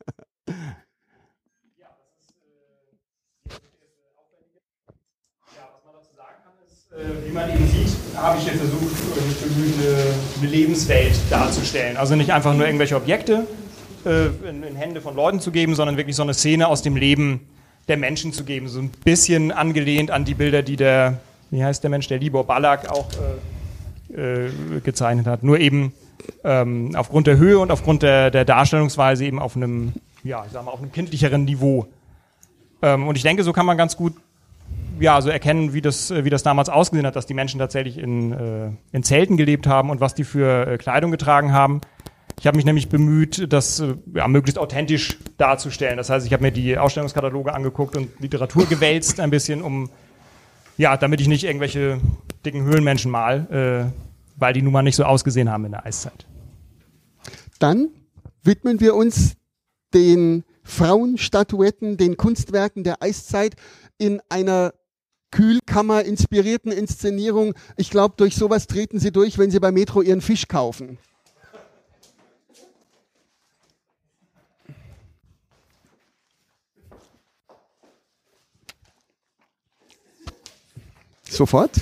Wie man eben sieht, habe ich hier versucht, eine Lebenswelt darzustellen. Also nicht einfach nur irgendwelche Objekte in Hände von Leuten zu geben, sondern wirklich so eine Szene aus dem Leben der Menschen zu geben. So ein bisschen angelehnt an die Bilder, die der Libor Ballack auch gezeichnet hat. Nur eben aufgrund der Höhe und aufgrund der Darstellungsweise eben auf einem, auf einem kindlicheren Niveau. Und ich denke, so kann man ganz gut so erkennen, wie das damals ausgesehen hat, dass die Menschen tatsächlich in Zelten gelebt haben und was die für Kleidung getragen haben. Ich habe mich nämlich bemüht, das möglichst authentisch darzustellen. Das heißt, ich habe mir die Ausstellungskataloge angeguckt und Literatur gewälzt ein bisschen, damit ich nicht irgendwelche dicken Höhlenmenschen mal, weil die nun mal nicht so ausgesehen haben in der Eiszeit. Dann widmen wir uns den Frauenstatuetten, den Kunstwerken der Eiszeit in einer Kühlkammer inspirierten Inszenierung. Ich glaube, durch sowas treten Sie durch, wenn Sie bei Metro Ihren Fisch kaufen. Sofort?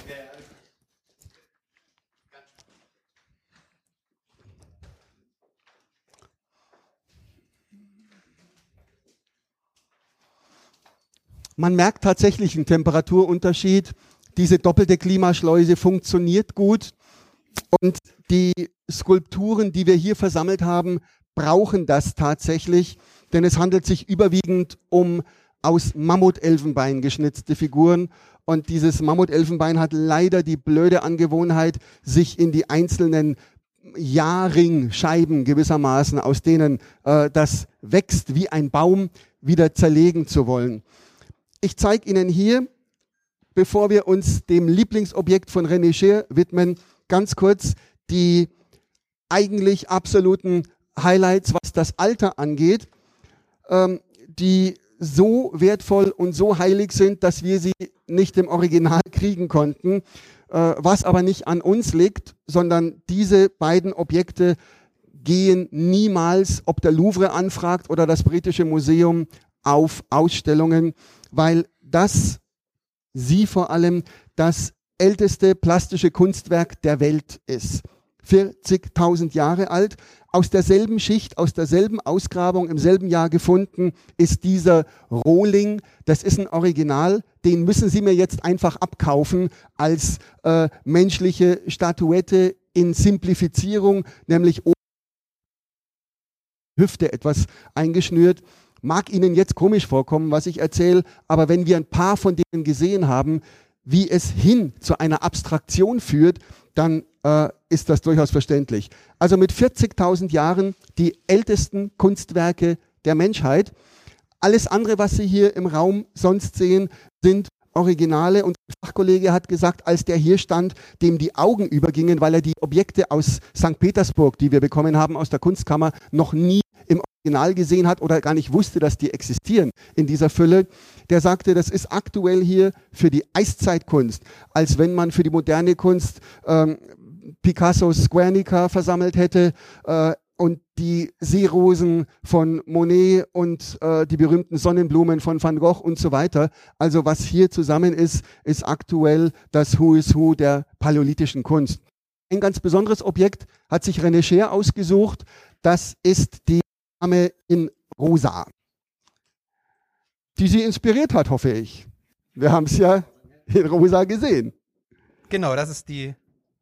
Man merkt tatsächlich einen Temperaturunterschied. Diese doppelte Klimaschleuse funktioniert gut. Und die Skulpturen, die wir hier versammelt haben, brauchen das tatsächlich. Denn es handelt sich überwiegend um aus Mammutelfenbein geschnitzte Figuren. Und dieses Mammutelfenbein hat leider die blöde Angewohnheit, sich in die einzelnen Jahrringscheiben gewissermaßen, aus denen das wächst wie ein Baum, wieder zerlegen zu wollen. Ich zeige Ihnen hier, bevor wir uns dem Lieblingsobjekt von René Scheer widmen, ganz kurz die eigentlich absoluten Highlights, was das Alter angeht. Die so wertvoll und so heilig sind, dass wir sie nicht im Original kriegen konnten, was aber nicht an uns liegt, sondern diese beiden Objekte gehen niemals, ob der Louvre anfragt oder das Britische Museum, auf Ausstellungen, weil sie vor allem das älteste plastische Kunstwerk der Welt ist. 40.000 Jahre alt, aus derselben Schicht, aus derselben Ausgrabung im selben Jahr gefunden ist dieser Rohling. Das ist ein Original, den müssen Sie mir jetzt einfach abkaufen als menschliche Statuette in Simplifizierung, nämlich Hüfte etwas eingeschnürt. Mag Ihnen jetzt komisch vorkommen, was ich erzähle, aber wenn wir ein paar von denen gesehen haben, wie es hin zu einer Abstraktion führt, dann ist das durchaus verständlich. Also mit 40.000 Jahren die ältesten Kunstwerke der Menschheit. Alles andere, was Sie hier im Raum sonst sehen, sind Originale. Und der Fachkollege hat gesagt, als der hier stand, dem die Augen übergingen, weil er die Objekte aus St. Petersburg, die wir bekommen haben aus der Kunstkammer, noch nie im Original gesehen hat oder gar nicht wusste, dass die existieren in dieser Fülle. Der sagte, das ist aktuell hier für die Eiszeitkunst, als wenn man für die moderne Kunst Picassos Guernica versammelt hätte und die Seerosen von Monet und die berühmten Sonnenblumen von Van Gogh und so weiter. Also was hier zusammen ist, ist aktuell das Who is Who der paläolithischen Kunst. Ein ganz besonderes Objekt hat sich René Scheer ausgesucht. Das ist die Dame in Rosa, die Sie inspiriert hat, hoffe ich. Wir haben es ja in Rosa gesehen. Genau, das ist die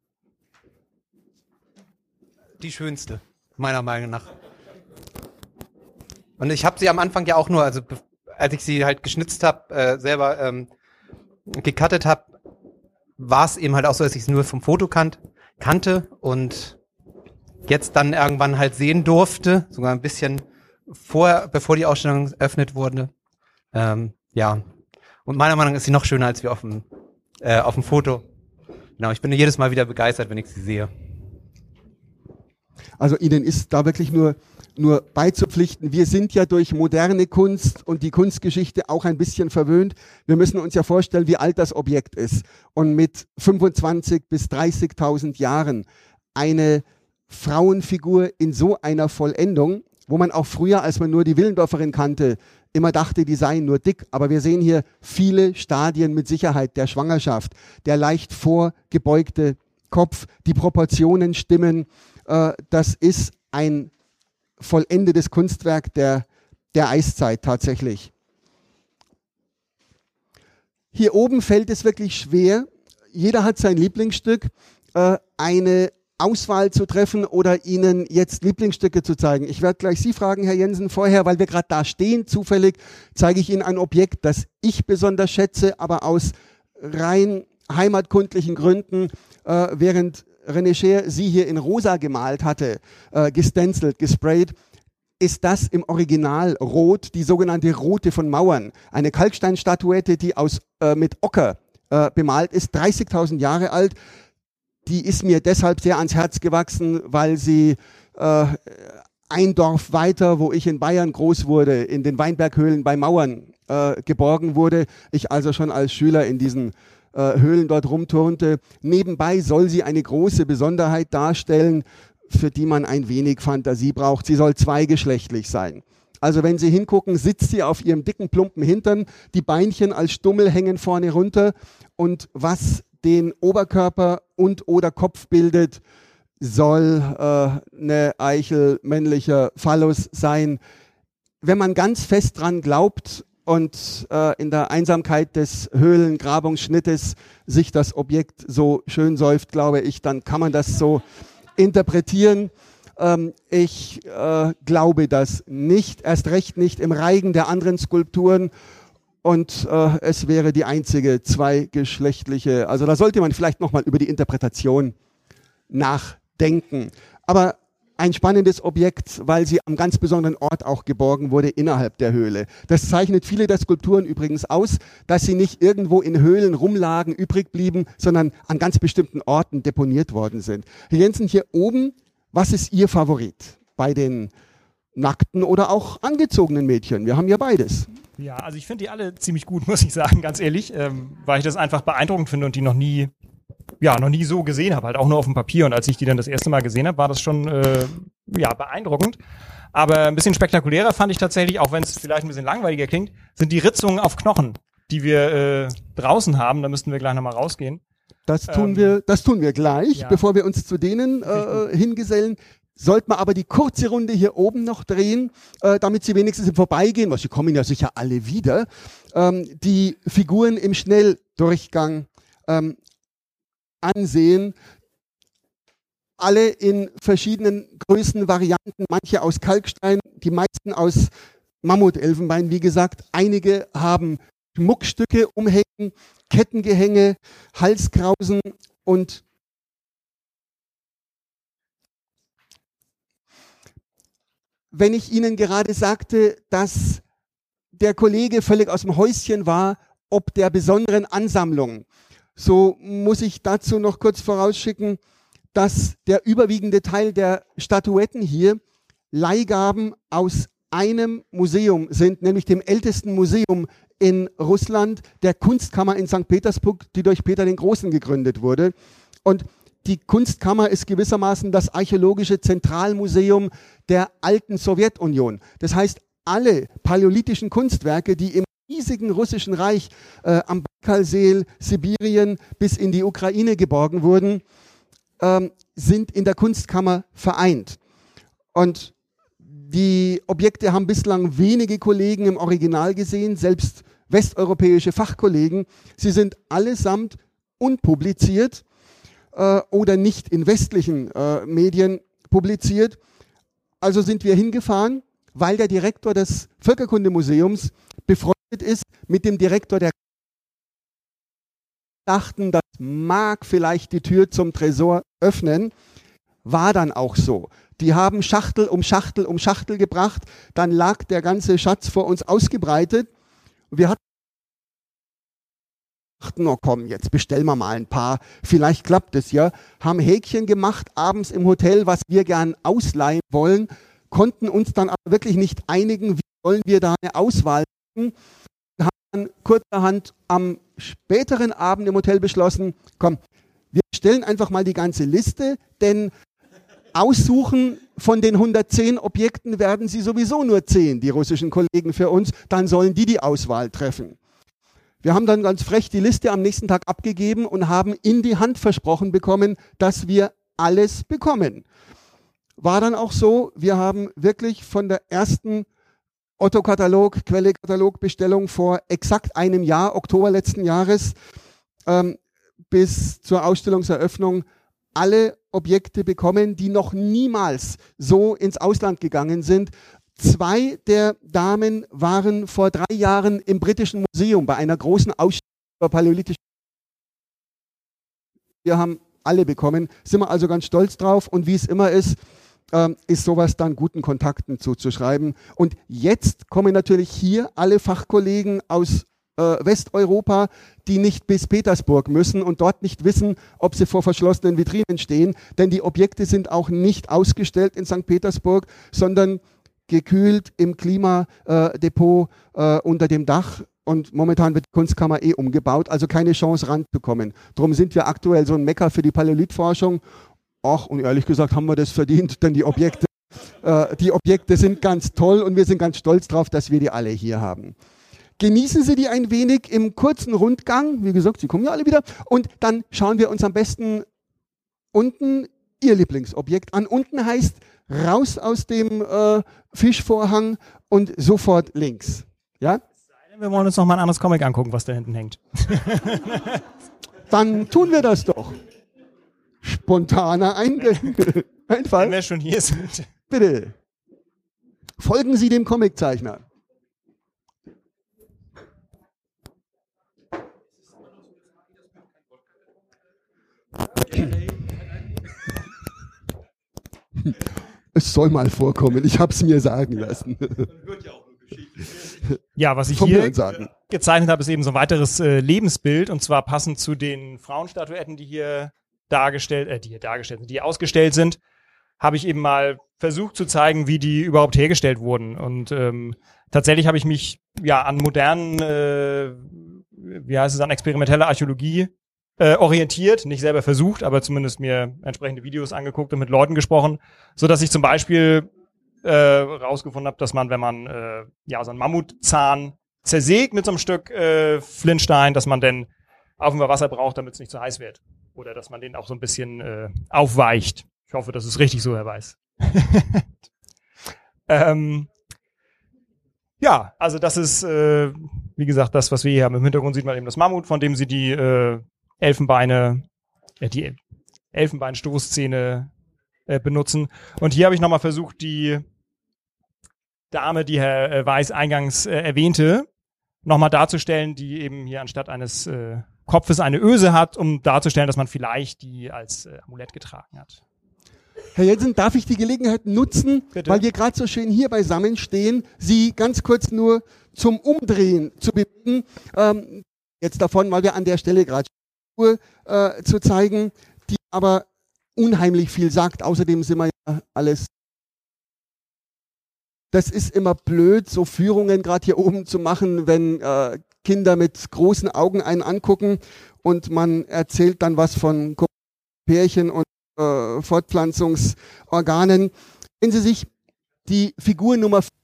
schönste, meiner Meinung nach. Und ich habe sie am Anfang ja auch nur, also als ich sie halt geschnitzt habe, selber gecuttet habe, war es eben halt auch so, dass ich es nur vom Foto kannte und jetzt dann irgendwann halt sehen durfte, sogar ein bisschen bevor die Ausstellung eröffnet wurde. Ja, und meiner Meinung nach ist sie noch schöner als wir auf dem Foto. Genau, ich bin jedes Mal wieder begeistert, wenn ich sie sehe. Also Ihnen ist da wirklich nur beizupflichten. Wir sind ja durch moderne Kunst und die Kunstgeschichte auch ein bisschen verwöhnt. Wir müssen uns ja vorstellen, wie alt das Objekt ist. Und mit 25.000 bis 30.000 Jahren eine Frauenfigur in so einer Vollendung, wo man auch früher, als man nur die Willendorferin kannte, immer dachte, die seien nur dick. Aber wir sehen hier viele Stadien mit Sicherheit der Schwangerschaft, der leicht vorgebeugte Kopf, die Proportionen stimmen. Das ist ein vollendetes Kunstwerk der Eiszeit tatsächlich. Hier oben fällt es wirklich schwer. Jeder hat sein Lieblingsstück. Eine Auswahl zu treffen oder Ihnen jetzt Lieblingsstücke zu zeigen. Ich werde gleich Sie fragen, Herr Jensen, vorher, weil wir gerade da stehen, zufällig zeige ich Ihnen ein Objekt, das ich besonders schätze, aber aus rein heimatkundlichen Gründen, während René Scheer sie hier in Rosa gemalt hatte, gestencelt, gesprayt, ist das im Original rot, die sogenannte Rote von Mauern. Eine Kalksteinstatuette, die mit Ocker bemalt ist, 30.000 Jahre alt. Die ist mir deshalb sehr ans Herz gewachsen, weil sie ein Dorf weiter, wo ich in Bayern groß wurde, in den Weinberghöhlen bei Mauern geborgen wurde. Ich also schon als Schüler in diesen Höhlen dort rumturnte. Nebenbei soll sie eine große Besonderheit darstellen, für die man ein wenig Fantasie braucht. Sie soll zweigeschlechtlich sein. Also wenn Sie hingucken, sitzt sie auf ihrem dicken, plumpen Hintern, die Beinchen als Stummel hängen vorne runter und was den Oberkörper und oder Kopf bildet, soll eine Eichel männlicher Phallus sein. Wenn man ganz fest dran glaubt und in der Einsamkeit des Höhlengrabungsschnittes sich das Objekt so schön säuft, glaube ich, dann kann man das so interpretieren. Ich glaube das nicht, erst recht nicht im Reigen der anderen Skulpturen. Und es wäre die einzige zweigeschlechtliche, also da sollte man vielleicht nochmal über die Interpretation nachdenken. Aber ein spannendes Objekt, weil sie am ganz besonderen Ort auch geborgen wurde, innerhalb der Höhle. Das zeichnet viele der Skulpturen übrigens aus, dass sie nicht irgendwo in Höhlen rumlagen, übrig blieben, sondern an ganz bestimmten Orten deponiert worden sind. Herr Jensen, hier oben, was ist Ihr Favorit bei den nackten oder auch angezogenen Mädchen? Wir haben ja beides. Ja, also ich finde die alle ziemlich gut, muss ich sagen, ganz ehrlich, weil ich das einfach beeindruckend finde und die noch nie so gesehen habe, halt auch nur auf dem Papier. Und als ich die dann das erste Mal gesehen habe, war das schon beeindruckend. Aber ein bisschen spektakulärer fand ich tatsächlich, auch wenn es vielleicht ein bisschen langweiliger klingt, sind die Ritzungen auf Knochen, die wir draußen haben. Da müssten wir gleich nochmal rausgehen. Das tun wir gleich, ja. bevor wir uns zu denen hingesellen. Sollten wir aber die kurze Runde hier oben noch drehen, damit Sie wenigstens im Vorbeigehen, weil Sie kommen ja sicher alle wieder, die Figuren im Schnelldurchgang ansehen. Alle in verschiedenen Größen, Varianten, manche aus Kalkstein, die meisten aus Mammutelfenbein, wie gesagt. Einige haben Schmuckstücke umhängen, Kettengehänge, Halskrausen und wenn ich Ihnen gerade sagte, dass der Kollege völlig aus dem Häuschen war, ob der besonderen Ansammlung, so muss ich dazu noch kurz vorausschicken, dass der überwiegende Teil der Statuetten hier Leihgaben aus einem Museum sind, nämlich dem ältesten Museum in Russland, der Kunstkammer in St. Petersburg, die durch Peter den Großen gegründet wurde. Und die Kunstkammer ist gewissermaßen das archäologische Zentralmuseum der alten Sowjetunion. Das heißt, alle paläolithischen Kunstwerke, die im riesigen russischen Reich am Baikalsee, Sibirien bis in die Ukraine geborgen wurden, sind in der Kunstkammer vereint. Und die Objekte haben bislang wenige Kollegen im Original gesehen, selbst westeuropäische Fachkollegen. Sie sind allesamt unpubliziert oder nicht in westlichen Medien publiziert. Also sind wir hingefahren, weil der Direktor des Völkerkundemuseums befreundet ist mit dem Direktor der dachten, das mag vielleicht die Tür zum Tresor öffnen, war dann auch so. Die haben Schachtel um Schachtel um Schachtel gebracht, dann lag der ganze Schatz vor uns ausgebreitet. Wir hatten oh komm, jetzt bestellen wir mal ein paar, vielleicht klappt es ja, haben Häkchen gemacht abends im Hotel, was wir gern ausleihen wollen, konnten uns dann aber wirklich nicht einigen, wie wollen wir da eine Auswahl machen. Wir haben dann kurzerhand am späteren Abend im Hotel beschlossen, komm, wir stellen einfach mal die ganze Liste, denn aussuchen von den 110 Objekten werden sie sowieso nur 10, die russischen Kollegen für uns, dann sollen die Auswahl treffen. Wir haben dann ganz frech die Liste am nächsten Tag abgegeben und haben in die Hand versprochen bekommen, dass wir alles bekommen. War dann auch so, wir haben wirklich von der ersten Otto-Katalog, Quelle-Katalog-Bestellung vor exakt einem Jahr, Oktober letzten Jahres, bis zur Ausstellungseröffnung alle Objekte bekommen, die noch niemals so ins Ausland gegangen sind. 2 der Damen waren vor 3 Jahren im Britischen Museum bei einer großen Ausstellung über paläolithische. Wir haben alle bekommen, sind wir also ganz stolz drauf und wie es immer ist sowas dann guten Kontakten zuzuschreiben. Und jetzt kommen natürlich hier alle Fachkollegen aus Westeuropa, die nicht bis Petersburg müssen und dort nicht wissen, ob sie vor verschlossenen Vitrinen stehen, denn die Objekte sind auch nicht ausgestellt in St. Petersburg, sondern gekühlt im Klimadepot unter dem Dach und momentan wird die Kunstkammer umgebaut, also keine Chance ranzukommen. Darum sind wir aktuell so ein Mecker für die Paläolithforschung. Ach, und ehrlich gesagt haben wir das verdient, denn die Objekte sind ganz toll und wir sind ganz stolz drauf, dass wir die alle hier haben. Genießen Sie die ein wenig im kurzen Rundgang. Wie gesagt, Sie kommen ja alle wieder. Und dann schauen wir uns am besten unten Ihr Lieblingsobjekt an. Unten heißt raus aus dem Fischvorhang und sofort links. Ja? Wir wollen uns noch mal ein anderes Comic angucken, was da hinten hängt. Dann tun wir das doch. Spontaner Einfall. Wenn wir schon hier sind. Bitte. Folgen Sie dem Comiczeichner. Es soll mal vorkommen, ich habe es mir sagen lassen. Ja, was ich hier gezeichnet habe, ist eben so ein weiteres Lebensbild und zwar passend zu den Frauenstatuetten, die hier ausgestellt sind, habe ich eben mal versucht zu zeigen, wie die überhaupt hergestellt wurden. Und tatsächlich habe ich mich an modernen, an experimenteller Archäologie orientiert, nicht selber versucht, aber zumindest mir entsprechende Videos angeguckt und mit Leuten gesprochen, so dass ich zum Beispiel rausgefunden habe, dass man, wenn man so einen Mammutzahn zersägt mit so einem Stück Flintstein, dass man dann Aufwärmer Wasser braucht, damit es nicht zu heiß wird. Oder dass man den auch so ein bisschen aufweicht. Ich hoffe, das ist richtig so, Herr Weiß. Also das ist, wie gesagt, das, was wir hier haben. Im Hintergrund sieht man eben das Mammut, von dem sie die die Elfenbeinstoßzähne benutzen. Und hier habe ich nochmal versucht, die Dame, die Herr Weiß eingangs erwähnte, nochmal darzustellen, die eben hier anstatt eines Kopfes eine Öse hat, um darzustellen, dass man vielleicht die als Amulett getragen hat. Herr Jensen, darf ich die Gelegenheit nutzen, Bitte? weil wir gerade so schön hier beisammen stehen, Sie ganz kurz nur zum Umdrehen zu bitten, jetzt davon, weil wir an der Stelle gerade zu zeigen, die aber unheimlich viel sagt. Außerdem sind wir ja alles. Das ist immer blöd, so Führungen gerade hier oben zu machen, wenn Kinder mit großen Augen einen angucken und man erzählt dann was von Pärchen und Fortpflanzungsorganen. Wenn Sie sich die Figur Nummer 4,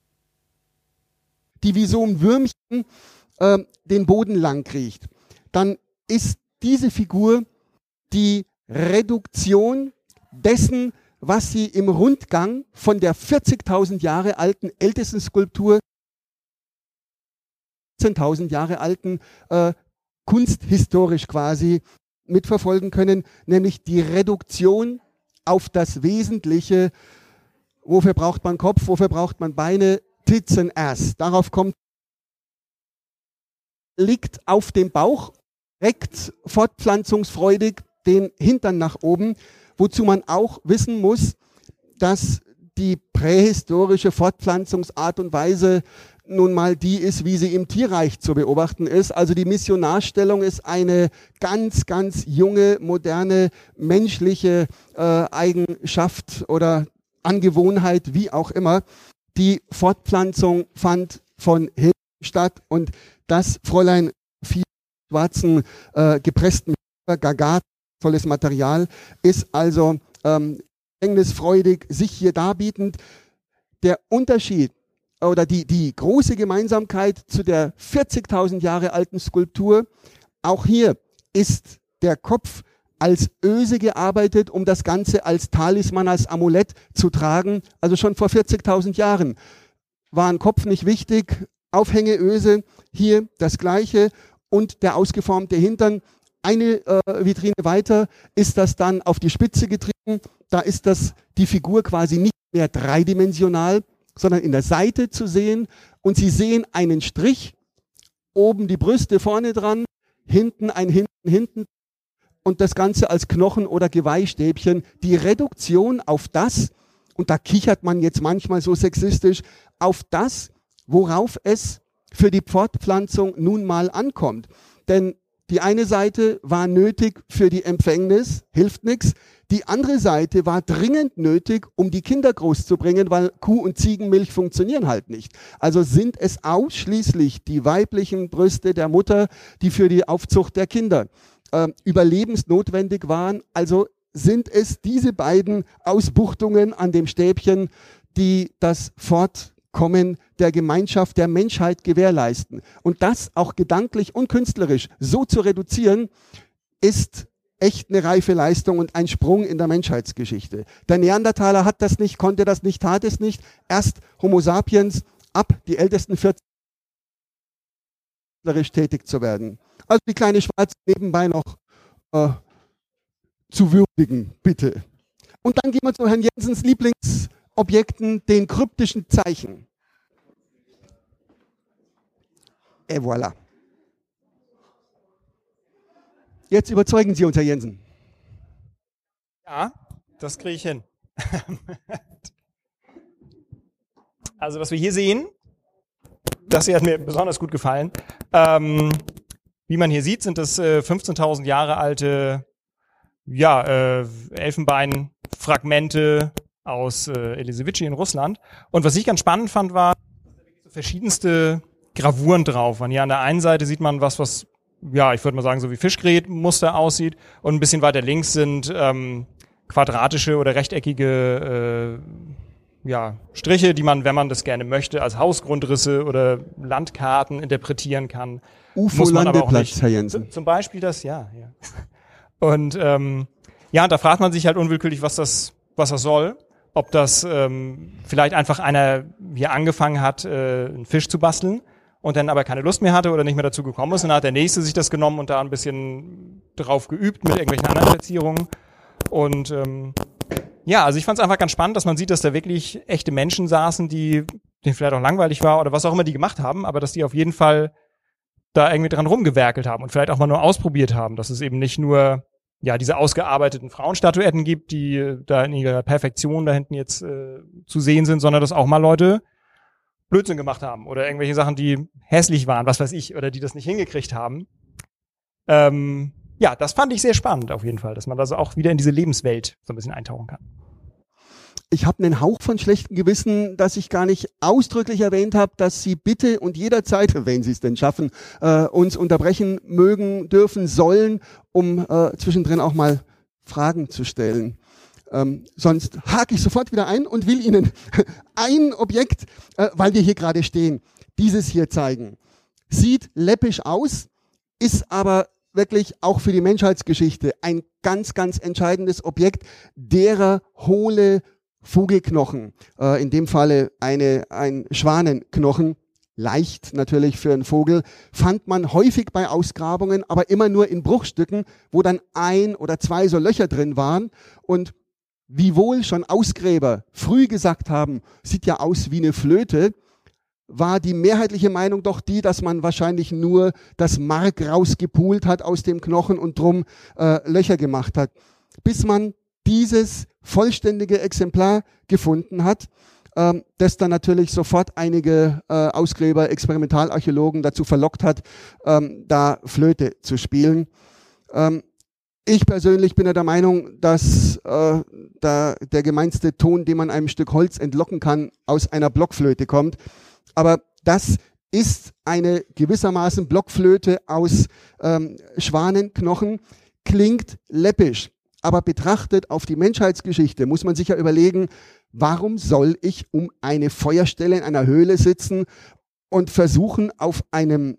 die wie so ein Würmchen den Boden lang kriecht, dann ist diese Figur die Reduktion dessen, was sie im Rundgang von der 40.000 Jahre alten ältesten Skulptur, 10.000 Jahre alten kunsthistorisch quasi mitverfolgen können, nämlich die Reduktion auf das Wesentliche. Wofür braucht man Kopf, wofür braucht man Beine, Tits and Ass. Darauf kommt, liegt auf dem Bauch, reckt fortpflanzungsfreudig den Hintern nach oben, wozu man auch wissen muss, dass die prähistorische Fortpflanzungsart und Weise nun mal die ist, wie sie im Tierreich zu beobachten ist. Also die Missionarstellung ist eine ganz, ganz junge, moderne, menschliche Eigenschaft oder Angewohnheit, wie auch immer. Die Fortpflanzung fand von hinten statt und das Fräulein viel schwarzen gepressten Gagat, tolles Material, ist also gefängnisfreudig sich hier darbietend. Der Unterschied oder die große Gemeinsamkeit zu der 40.000 Jahre alten Skulptur, auch hier ist der Kopf als Öse gearbeitet, um das Ganze als Talisman, als Amulett zu tragen. Also schon vor 40.000 Jahren war ein Kopf nicht wichtig, Aufhängeöse, hier das Gleiche und der ausgeformte Hintern. Eine Vitrine weiter ist das dann auf die Spitze getrieben. Da ist das die Figur quasi nicht mehr dreidimensional, sondern in der Seite zu sehen. Und Sie sehen einen Strich, oben die Brüste vorne dran, hinten ein hinten und das Ganze als Knochen- oder Geweihstäbchen. Die Reduktion auf das, und da kichert man jetzt manchmal so sexistisch, auf das, worauf es für die Fortpflanzung nun mal ankommt. Denn die eine Seite war nötig für die Empfängnis, hilft nichts. Die andere Seite war dringend nötig, um die Kinder großzubringen, weil Kuh- und Ziegenmilch funktionieren halt nicht. Also sind es ausschließlich die weiblichen Brüste der Mutter, die für die Aufzucht der Kinder überlebensnotwendig waren. Also sind es diese beiden Ausbuchtungen an dem Stäbchen, die das Fortkommen der Gemeinschaft der Menschheit gewährleisten. Und das auch gedanklich und künstlerisch so zu reduzieren, ist echt eine reife Leistung und ein Sprung in der Menschheitsgeschichte. Der Neandertaler hat das nicht, konnte das nicht, tat es nicht. Erst Homo sapiens, ab die ältesten 40 tätig zu werden. Also die kleine Schwarze nebenbei noch zu würdigen, bitte. Und dann gehen wir zu Herrn Jensens Lieblingsobjekten, den kryptischen Zeichen. Et voilà. Jetzt überzeugen Sie uns, Herr Jensen. Ja, das kriege ich hin. Also was wir hier sehen, das hier hat mir besonders gut gefallen. Wie man hier sieht, sind das 15.000 Jahre alte Elfenbeinfragmente aus Elisewitschi in Russland. Und was ich ganz spannend fand, war so verschiedenste Gravuren drauf. Und hier an der einen Seite sieht man was ja, ich würde mal sagen, so wie Fischgrätmuster aussieht. Und ein bisschen weiter links sind quadratische oder rechteckige Striche, die man, wenn man das gerne möchte, als Hausgrundrisse oder Landkarten interpretieren kann. UFO-Landeplatz, Herr Jensen. Zum Beispiel das, ja. Und da fragt man sich halt unwillkürlich, was das soll. Ob das vielleicht einfach einer hier angefangen hat, einen Fisch zu basteln und dann aber keine Lust mehr hatte oder nicht mehr dazu gekommen ist. Und dann hat der Nächste sich das genommen und da ein bisschen drauf geübt mit irgendwelchen anderen Verzierungen. Und also ich fand es einfach ganz spannend, dass man sieht, dass da wirklich echte Menschen saßen, denen vielleicht auch langweilig war oder was auch immer die gemacht haben, aber dass die auf jeden Fall da irgendwie dran rumgewerkelt haben und vielleicht auch mal nur ausprobiert haben, dass es eben nicht nur diese ausgearbeiteten Frauenstatuetten gibt, die da in ihrer Perfektion da hinten jetzt zu sehen sind, sondern dass auch mal Leute Blödsinn gemacht haben oder irgendwelche Sachen, die hässlich waren, was weiß ich, oder die das nicht hingekriegt haben. Das fand ich sehr spannend auf jeden Fall, dass man da so auch wieder in diese Lebenswelt so ein bisschen eintauchen kann. Ich habe einen Hauch von schlechtem Gewissen, dass ich gar nicht ausdrücklich erwähnt habe, dass Sie bitte und jederzeit, wenn Sie es denn schaffen, uns unterbrechen mögen, dürfen, sollen, um zwischendrin auch mal Fragen zu stellen. Sonst hake ich sofort wieder ein und will Ihnen ein Objekt, weil wir hier gerade stehen, dieses hier zeigen. Sieht läppisch aus, ist aber wirklich auch für die Menschheitsgeschichte ein ganz, ganz entscheidendes Objekt, derer hohle Vogelknochen, in dem Falle ein Schwanenknochen, leicht natürlich für einen Vogel, fand man häufig bei Ausgrabungen, aber immer nur in Bruchstücken, wo dann 1 oder 2 so Löcher drin waren. Und wiewohl schon Ausgräber früh gesagt haben, sieht ja aus wie eine Flöte, war die mehrheitliche Meinung doch die, dass man wahrscheinlich nur das Mark rausgepult hat aus dem Knochen und drum Löcher gemacht hat. Bis man dieses vollständige Exemplar gefunden hat, das dann natürlich sofort einige Ausgräber, Experimentalarchäologen dazu verlockt hat, da Flöte zu spielen. Ich persönlich bin ja der Meinung, dass der gemeinste Ton, den man einem Stück Holz entlocken kann, aus einer Blockflöte kommt. Aber das ist eine gewissermaßen Blockflöte aus Schwanenknochen, klingt läppisch. Aber betrachtet auf die Menschheitsgeschichte muss man sich ja überlegen, warum soll ich um eine Feuerstelle in einer Höhle sitzen und versuchen, auf einem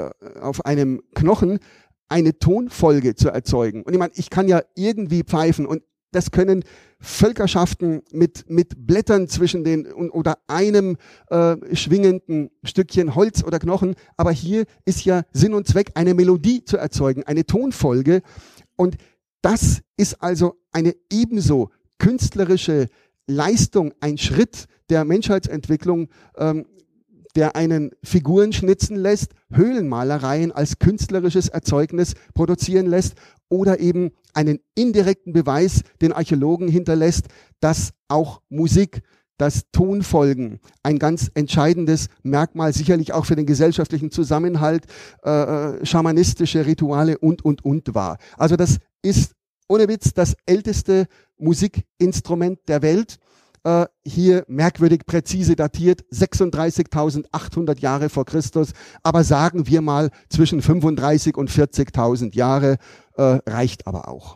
Knochen eine Tonfolge zu erzeugen. Und ich meine, ich kann ja irgendwie pfeifen und das können Völkerschaften mit Blättern zwischen den oder einem schwingenden Stückchen Holz oder Knochen. Aber hier ist ja Sinn und Zweck, eine Melodie zu erzeugen, eine Tonfolge. Und das ist also eine ebenso künstlerische Leistung, ein Schritt der Menschheitsentwicklung, der einen Figuren schnitzen lässt, Höhlenmalereien als künstlerisches Erzeugnis produzieren lässt oder eben einen indirekten Beweis den Archäologen hinterlässt, dass auch Musik, dass Tonfolgen ein ganz entscheidendes Merkmal sicherlich auch für den gesellschaftlichen Zusammenhalt, schamanistische Rituale und war. Also das ist ohne Witz das älteste Musikinstrument der Welt. Hier merkwürdig präzise datiert, 36.800 Jahre vor Christus, aber sagen wir mal zwischen 35.000 und 40.000 Jahre, reicht aber auch.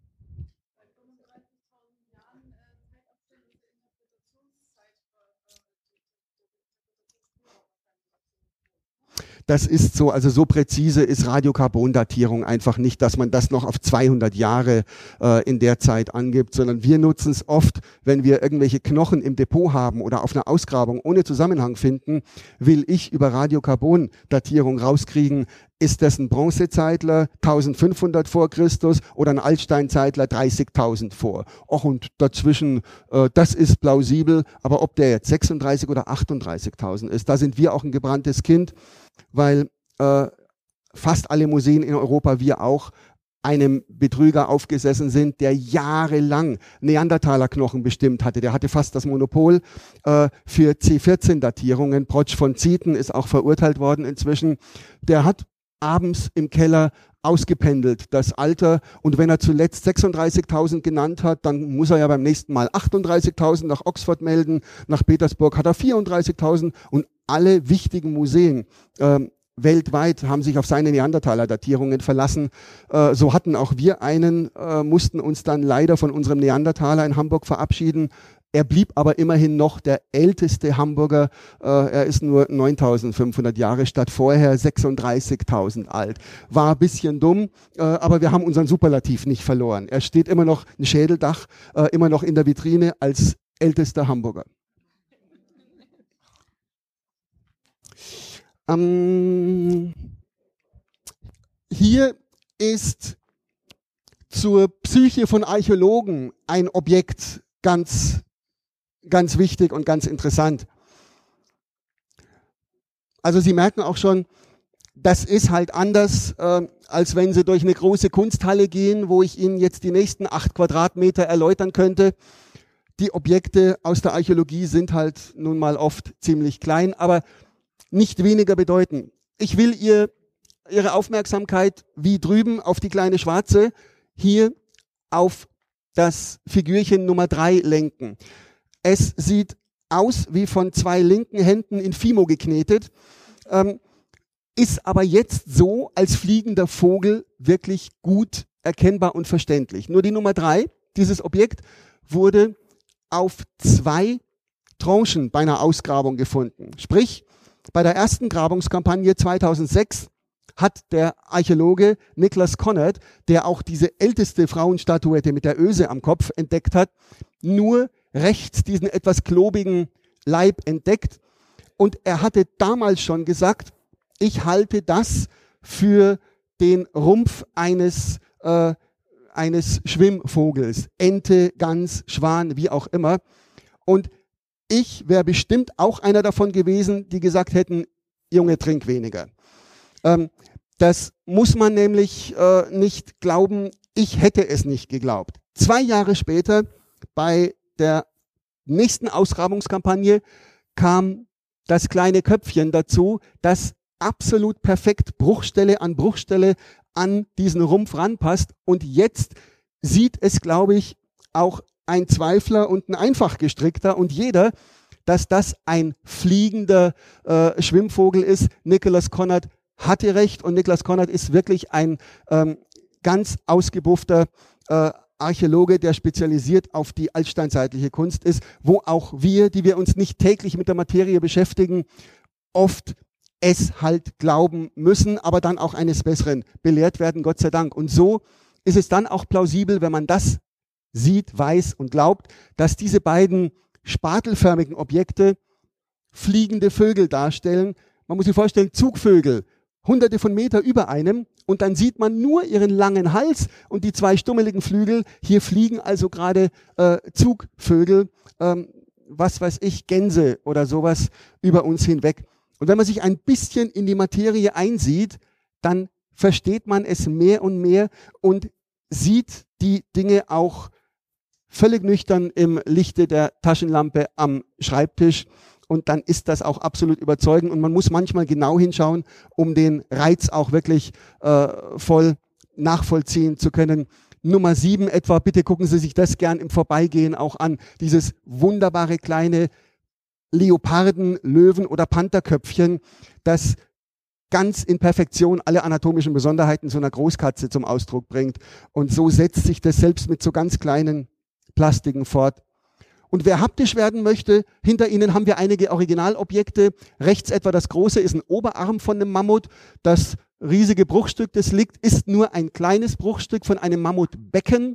Das ist so, also so präzise ist Radiokarbondatierung einfach nicht, dass man das noch auf 200 Jahre in der Zeit angibt, sondern wir nutzen es oft, wenn wir irgendwelche Knochen im Depot haben oder auf einer Ausgrabung ohne Zusammenhang finden, will ich über Radiokarbondatierung rauskriegen, ist das ein Bronzezeitler 1500 vor Christus oder ein Altsteinzeitler 30.000 vor. Och, und dazwischen, das ist plausibel, aber ob der jetzt 36 oder 38.000 ist, da sind wir auch ein gebranntes Kind, weil fast alle Museen in Europa, wir auch, einem Betrüger aufgesessen sind, der jahrelang Neandertalerknochen bestimmt hatte. Der hatte fast das Monopol für C14-Datierungen. Protsch von Zieten ist auch verurteilt worden inzwischen. Der hat abends im Keller ausgependelt, das Alter. Und wenn er zuletzt 36.000 genannt hat, dann muss er ja beim nächsten Mal 38.000 nach Oxford melden, nach Petersburg hat er 34.000 und alle wichtigen Museen weltweit haben sich auf seine Neandertaler-Datierungen verlassen. So hatten auch wir einen, mussten uns dann leider von unserem Neandertaler in Hamburg verabschieden. Er blieb aber immerhin noch der älteste Hamburger. Er ist nur 9.500 Jahre statt vorher 36.000 alt. War ein bisschen dumm, aber wir haben unseren Superlativ nicht verloren. Er steht immer noch, ein Schädeldach, immer noch in der Vitrine als ältester Hamburger. Hier ist zur Psyche von Archäologen ein Objekt ganz wichtig und ganz interessant. Also Sie merken auch schon, das ist halt anders, als wenn Sie durch eine große Kunsthalle gehen, wo ich Ihnen jetzt die nächsten 8 Quadratmeter erläutern könnte. Die Objekte aus der Archäologie sind halt nun mal oft ziemlich klein, aber nicht weniger bedeutend. Ich will Ihre Aufmerksamkeit wie drüben auf die kleine Schwarze hier auf das Figürchen Nummer 3 lenken. Es sieht aus wie von 2 linken Händen in Fimo geknetet, ist aber jetzt so als fliegender Vogel wirklich gut erkennbar und verständlich. Nur die Nummer 3, dieses Objekt, wurde auf 2 Tranchen bei einer Ausgrabung gefunden. Sprich, bei der ersten Grabungskampagne 2006 hat der Archäologe Nicholas Conrad, der auch diese älteste Frauenstatuette mit der Öse am Kopf entdeckt hat, nur rechts diesen etwas klobigen Leib entdeckt. Und er hatte damals schon gesagt, ich halte das für den Rumpf eines Schwimmvogels, Ente, Gans, Schwan, wie auch immer. Und ich wäre bestimmt auch einer davon gewesen, die gesagt hätten, Junge, trink weniger. Das muss man nämlich nicht glauben. Ich hätte es nicht geglaubt. 2 Jahre später, bei der nächsten Ausgrabungskampagne, kam das kleine Köpfchen dazu, das absolut perfekt Bruchstelle an diesen Rumpf ranpasst. Und jetzt sieht es, glaube ich, auch ein Zweifler und ein einfach gestrickter und jeder, dass das ein fliegender Schwimmvogel ist. Nicholas Conrad hatte recht und Nicholas Conrad ist wirklich ein ganz ausgebuffter Archäologe, der spezialisiert auf die altsteinzeitliche Kunst ist, wo auch wir, die wir uns nicht täglich mit der Materie beschäftigen, oft es halt glauben müssen, aber dann auch eines Besseren belehrt werden, Gott sei Dank. Und so ist es dann auch plausibel, wenn man das sieht, weiß und glaubt, dass diese beiden spatelförmigen Objekte fliegende Vögel darstellen. Man muss sich vorstellen, Zugvögel, hunderte von Meter über einem und dann sieht man nur ihren langen Hals und die 2 stummeligen Flügel. Hier fliegen also gerade Zugvögel, was weiß ich, Gänse oder sowas über uns hinweg. Und wenn man sich ein bisschen in die Materie einsieht, dann versteht man es mehr und mehr und sieht die Dinge auch völlig nüchtern im Lichte der Taschenlampe am Schreibtisch. Und dann ist das auch absolut überzeugend. Und man muss manchmal genau hinschauen, um den Reiz auch wirklich voll nachvollziehen zu können. Nummer 7 etwa, bitte gucken Sie sich das gern im Vorbeigehen auch an. Dieses wunderbare kleine Leoparden-, Löwen- oder Pantherköpfchen, das ganz in Perfektion alle anatomischen Besonderheiten so einer Großkatze zum Ausdruck bringt. Und so setzt sich das selbst mit so ganz kleinen Plastiken fort. Und wer haptisch werden möchte, hinter Ihnen haben wir einige Originalobjekte. Rechts etwa das große ist ein Oberarm von einem Mammut. Das riesige Bruchstück, das liegt, ist nur ein kleines Bruchstück von einem Mammutbecken.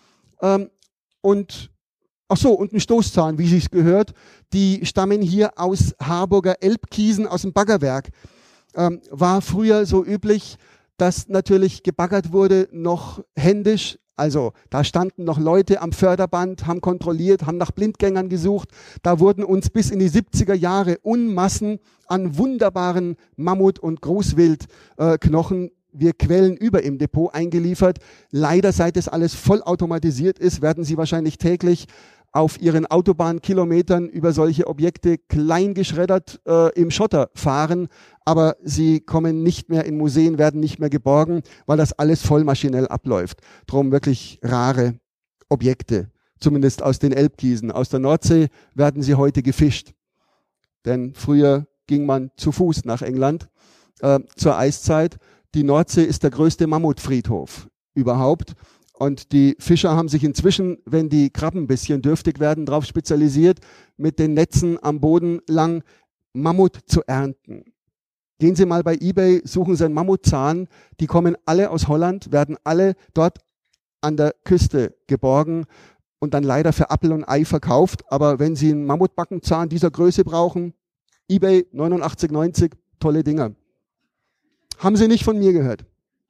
Und ein Stoßzahn, wie sich's gehört. Die stammen hier aus Harburger Elbkiesen aus dem Baggerwerk. War früher so üblich, dass natürlich gebaggert wurde, noch händisch. Also da standen noch Leute am Förderband, haben kontrolliert, haben nach Blindgängern gesucht. Da wurden uns bis in die 70er Jahre Unmassen an wunderbaren Mammut- und Großwildknochen, wir Quellen über im Depot eingeliefert. Leider, seit es alles vollautomatisiert ist, werden sie wahrscheinlich täglich auf ihren Autobahnkilometern über solche Objekte kleingeschreddert im Schotter fahren, aber sie kommen nicht mehr in Museen, werden nicht mehr geborgen, weil das alles vollmaschinell abläuft. Drum wirklich rare Objekte, zumindest aus den Elbkiesen. Aus der Nordsee werden sie heute gefischt, denn früher ging man zu Fuß nach England zur Eiszeit. Die Nordsee ist der größte Mammutfriedhof überhaupt. Und die Fischer haben sich inzwischen, wenn die Krabben ein bisschen dürftig werden, darauf spezialisiert, mit den Netzen am Boden lang Mammut zu ernten. Gehen Sie mal bei eBay, suchen Sie einen Mammutzahn. Die kommen alle aus Holland, werden alle dort an der Küste geborgen und dann leider für Appel und Ei verkauft. Aber wenn Sie einen Mammutbackenzahn dieser Größe brauchen, eBay 89,90, tolle Dinger. Haben Sie nicht von mir gehört.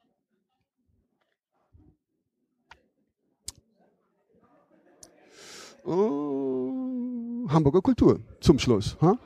Hamburger Kultur zum Schluss. Ha?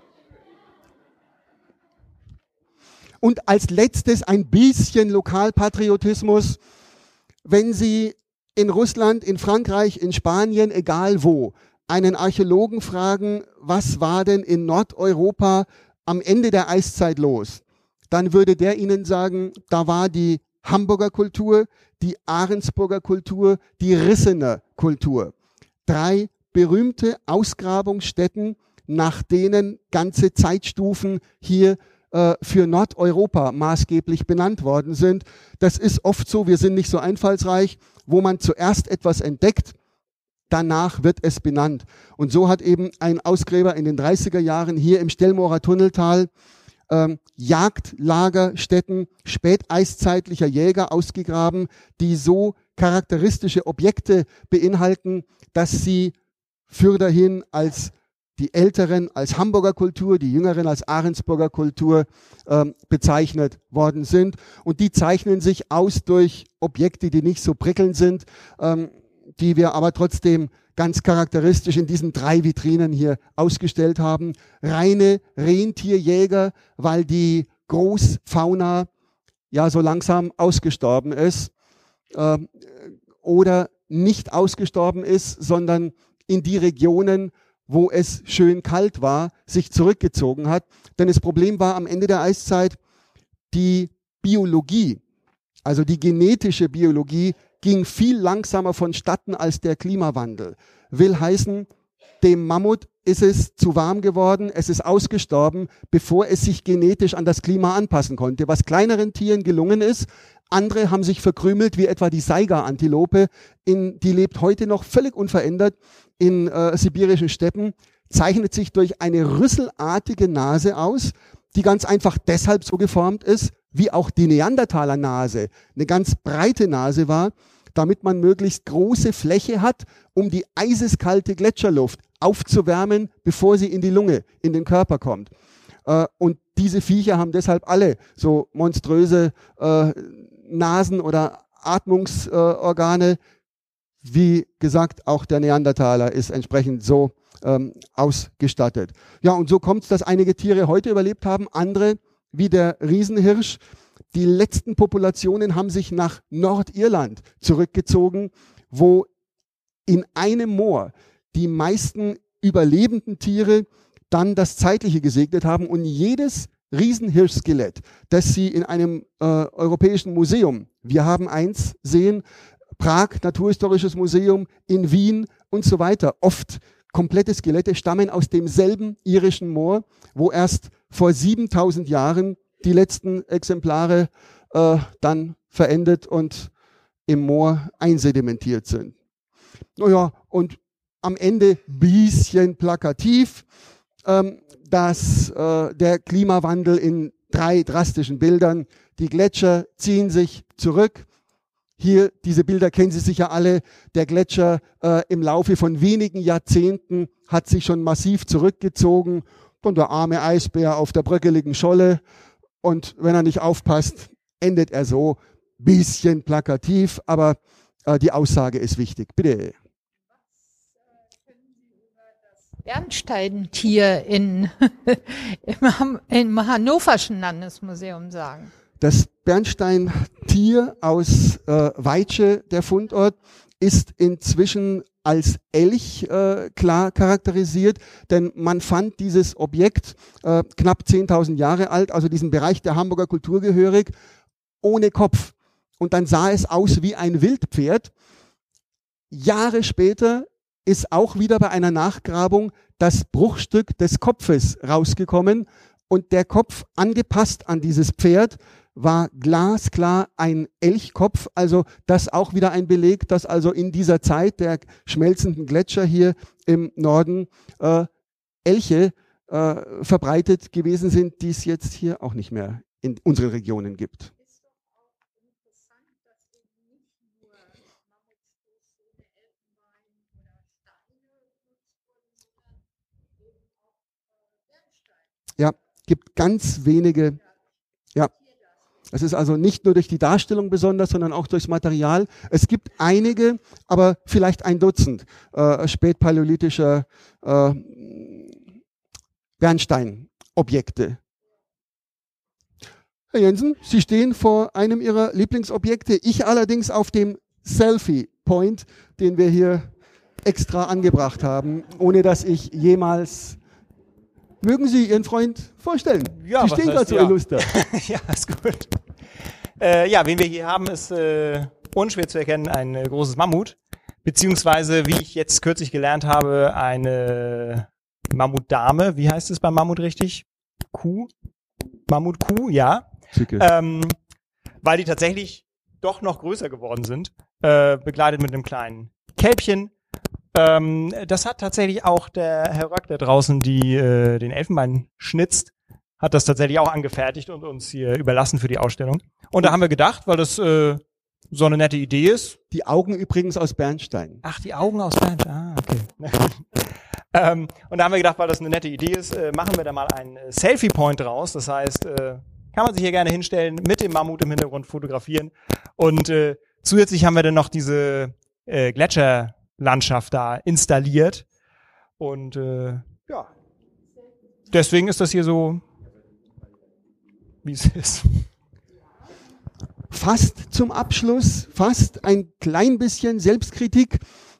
Und als letztes ein bisschen Lokalpatriotismus. Wenn Sie in Russland, in Frankreich, in Spanien, egal wo, einen Archäologen fragen, was war denn in Nordeuropa am Ende der Eiszeit los, dann würde der Ihnen sagen, da war die Hamburger Kultur, die Ahrensburger Kultur, die Rissener Kultur. 3 berühmte Ausgrabungsstätten, nach denen ganze Zeitstufen hier für Nordeuropa maßgeblich benannt worden sind. Das ist oft so, wir sind nicht so einfallsreich, wo man zuerst etwas entdeckt, danach wird es benannt. Und so hat eben ein Ausgräber in den 30er Jahren hier im Stellmorer Tunneltal Jagdlagerstätten späteiszeitlicher Jäger ausgegraben, die so charakteristische Objekte beinhalten, dass sie fürderhin als die Älteren als Hamburger Kultur, die Jüngeren als Ahrensburger Kultur bezeichnet worden sind. Und die zeichnen sich aus durch Objekte, die nicht so prickelnd sind, die wir aber trotzdem ganz charakteristisch in diesen 3 Vitrinen hier ausgestellt haben. Reine Rentierjäger, weil die Großfauna ja so langsam ausgestorben ist oder nicht ausgestorben ist, sondern in die Regionen, wo es schön kalt war, sich zurückgezogen hat. Denn das Problem war am Ende der Eiszeit, die Biologie, also die genetische Biologie, ging viel langsamer vonstatten als der Klimawandel. Will heißen, dem Mammut ist es zu warm geworden, es ist ausgestorben, bevor es sich genetisch an das Klima anpassen konnte. Was kleineren Tieren gelungen ist, andere haben sich verkrümelt, wie etwa die Saiga-Antilope, die lebt heute noch völlig unverändert in sibirischen Steppen, zeichnet sich durch eine rüsselartige Nase aus, die ganz einfach deshalb so geformt ist, wie auch die Neandertaler-Nase eine ganz breite Nase war, damit man möglichst große Fläche hat, um die eiseskalte Gletscherluft aufzuwärmen, bevor sie in die Lunge, in den Körper kommt. Und diese Viecher haben deshalb alle so monströse Nasen oder Atmungsorgane. Wie gesagt, auch der Neandertaler ist entsprechend so ausgestattet. Ja, und so kommt es, dass einige Tiere heute überlebt haben, andere, wie der Riesenhirsch. Die letzten Populationen haben sich nach Nordirland zurückgezogen, wo in einem Moor die meisten überlebenden Tiere dann das Zeitliche gesegnet haben und jedes Riesenhirschskelett, das Sie in einem europäischen Museum, wir haben eins sehen, Prag, Naturhistorisches Museum, in Wien und so weiter, oft komplette Skelette stammen aus demselben irischen Moor, wo erst vor 7000 Jahren die letzten Exemplare dann verendet und im Moor einsedimentiert sind. Naja, und am Ende bisschen plakativ, dass der Klimawandel in 3 drastischen Bildern, die Gletscher ziehen sich zurück. Hier, diese Bilder kennen Sie sicher alle. Der Gletscher im Laufe von wenigen Jahrzehnten hat sich schon massiv zurückgezogen. Und der arme Eisbär auf der bröckeligen Scholle. Und wenn er nicht aufpasst, endet er so. Bisschen plakativ, aber die Aussage ist wichtig. Bitte. Bernsteintier im Hannoverschen Landesmuseum sagen? Das Bernsteintier aus Weitsche, der Fundort, ist inzwischen als Elch klar charakterisiert, denn man fand dieses Objekt knapp 10.000 Jahre alt, also diesem Bereich der Hamburger Kultur gehörig, ohne Kopf. Und dann sah es aus wie ein Wildpferd. Jahre später ist auch wieder bei einer Nachgrabung das Bruchstück des Kopfes rausgekommen und der Kopf, angepasst an dieses Pferd, war glasklar ein Elchkopf, also das auch wieder ein Beleg, dass also in dieser Zeit der schmelzenden Gletscher hier im Norden Elche verbreitet gewesen sind, die es jetzt hier auch nicht mehr in unseren Regionen gibt. Ja, gibt ganz wenige. Ja, es ist also nicht nur durch die Darstellung besonders, sondern auch durchs Material. Es gibt einige, aber vielleicht ein Dutzend spätpaläolithischer Bernsteinobjekte. Herr Jensen, Sie stehen vor einem Ihrer Lieblingsobjekte. Ich allerdings auf dem Selfie-Point, den wir hier extra angebracht haben, ohne dass ich jemals... Mögen Sie Ihren Freund vorstellen? Ja, Sie stehen gerade so illuster. Ja, ist gut. Ja, wen wir hier haben, ist unschwer zu erkennen ein großes Mammut, beziehungsweise, wie ich jetzt kürzlich gelernt habe, eine Mammutdame. Wie heißt es beim Mammut richtig? Kuh? Mammutkuh, ja. Weil die tatsächlich doch noch größer geworden sind, begleitet mit einem kleinen Kälbchen. Das hat tatsächlich auch der Herr Röck da draußen, die den Elfenbein schnitzt, hat das tatsächlich auch angefertigt und uns hier überlassen für die Ausstellung. Und da haben wir gedacht, weil das so eine nette Idee ist. Die Augen übrigens aus Bernstein. Ach, die Augen aus Bernstein. Ah, okay. Und da haben wir gedacht, weil das eine nette Idee ist, machen wir da mal einen Selfie-Point draus. Das heißt, kann man sich hier gerne hinstellen, mit dem Mammut im Hintergrund fotografieren. Und zusätzlich haben wir dann noch diese Gletscherlandschaft da installiert. Und ja, deswegen ist das hier so, wie es ist. Fast zum Abschluss, fast ein klein bisschen Selbstkritik.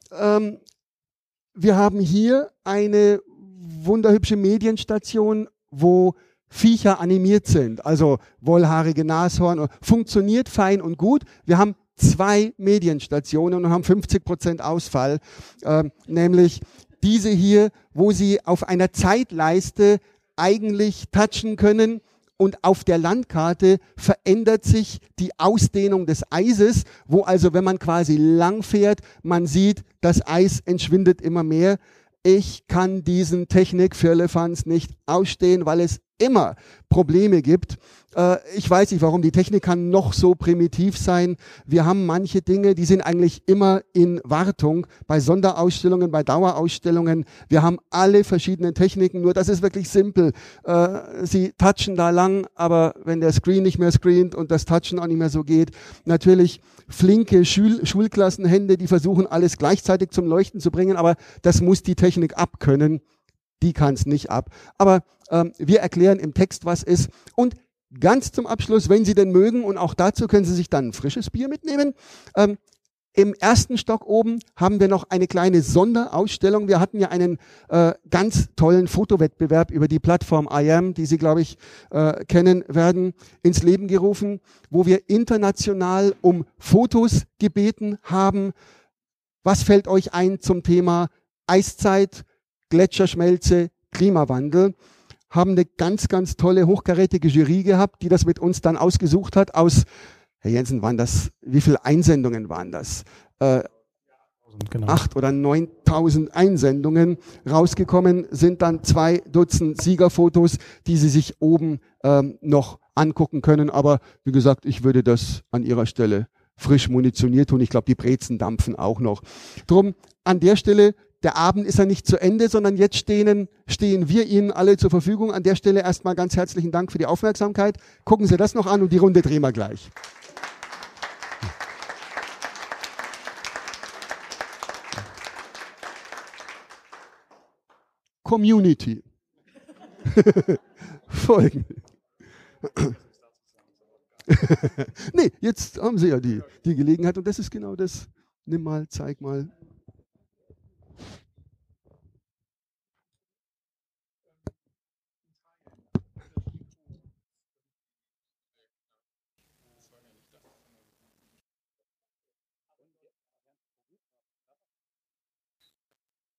Wir haben hier eine wunderhübsche Medienstation, wo Viecher animiert sind, also wollhaarige Nashorn, funktioniert fein und gut. Wir haben 2 Medienstationen und haben 50% Ausfall, nämlich diese hier, wo Sie auf einer Zeitleiste eigentlich touchen können und auf der Landkarte verändert sich die Ausdehnung des Eises, wo also, wenn man quasi lang fährt, man sieht, das Eis entschwindet immer mehr. Ich kann diesen Technik-Firlefanz nicht ausstehen, weil es immer Probleme gibt. Ich weiß nicht, warum die Technik kann noch so primitiv sein. Wir haben manche Dinge, die sind eigentlich immer in Wartung, bei Sonderausstellungen, bei Dauerausstellungen. Wir haben alle verschiedenen Techniken, nur das ist wirklich simpel. Sie touchen da lang, aber wenn der Screen nicht mehr screent und das Touchen auch nicht mehr so geht, natürlich flinke Schulklassenhände, die versuchen, alles gleichzeitig zum Leuchten zu bringen, aber das muss die Technik abkönnen. Die kann es nicht ab. Aber wir erklären im Text, was ist. Und ganz zum Abschluss, wenn Sie denn mögen, und auch dazu können Sie sich dann ein frisches Bier mitnehmen. Im ersten Stock oben haben wir noch eine kleine Sonderausstellung. Wir hatten ja einen ganz tollen Fotowettbewerb über die Plattform IAM, die Sie, glaube ich, kennen werden, ins Leben gerufen, wo wir international um Fotos gebeten haben. Was fällt euch ein zum Thema Eiszeit, Gletscherschmelze, Klimawandel? Haben eine ganz, ganz tolle, hochkarätige Jury gehabt, die das mit uns dann ausgesucht hat aus, Herr Jensen, waren das, wie viele Einsendungen waren das? Genau. 8.000 oder 9.000 Einsendungen. Rausgekommen sind dann 2 Dutzend Siegerfotos, die Sie sich oben noch angucken können. Aber wie gesagt, ich würde das an Ihrer Stelle frisch munitioniert tun. Ich glaube, die Brezen dampfen auch noch. Drum an der Stelle, der Abend ist ja nicht zu Ende, sondern jetzt stehen wir Ihnen alle zur Verfügung. An der Stelle erstmal ganz herzlichen Dank für die Aufmerksamkeit. Gucken Sie das noch an und die Runde drehen wir gleich. Community. Folgen. Nee, jetzt haben Sie ja die Gelegenheit und das ist genau das, Nimm mal, zeig mal.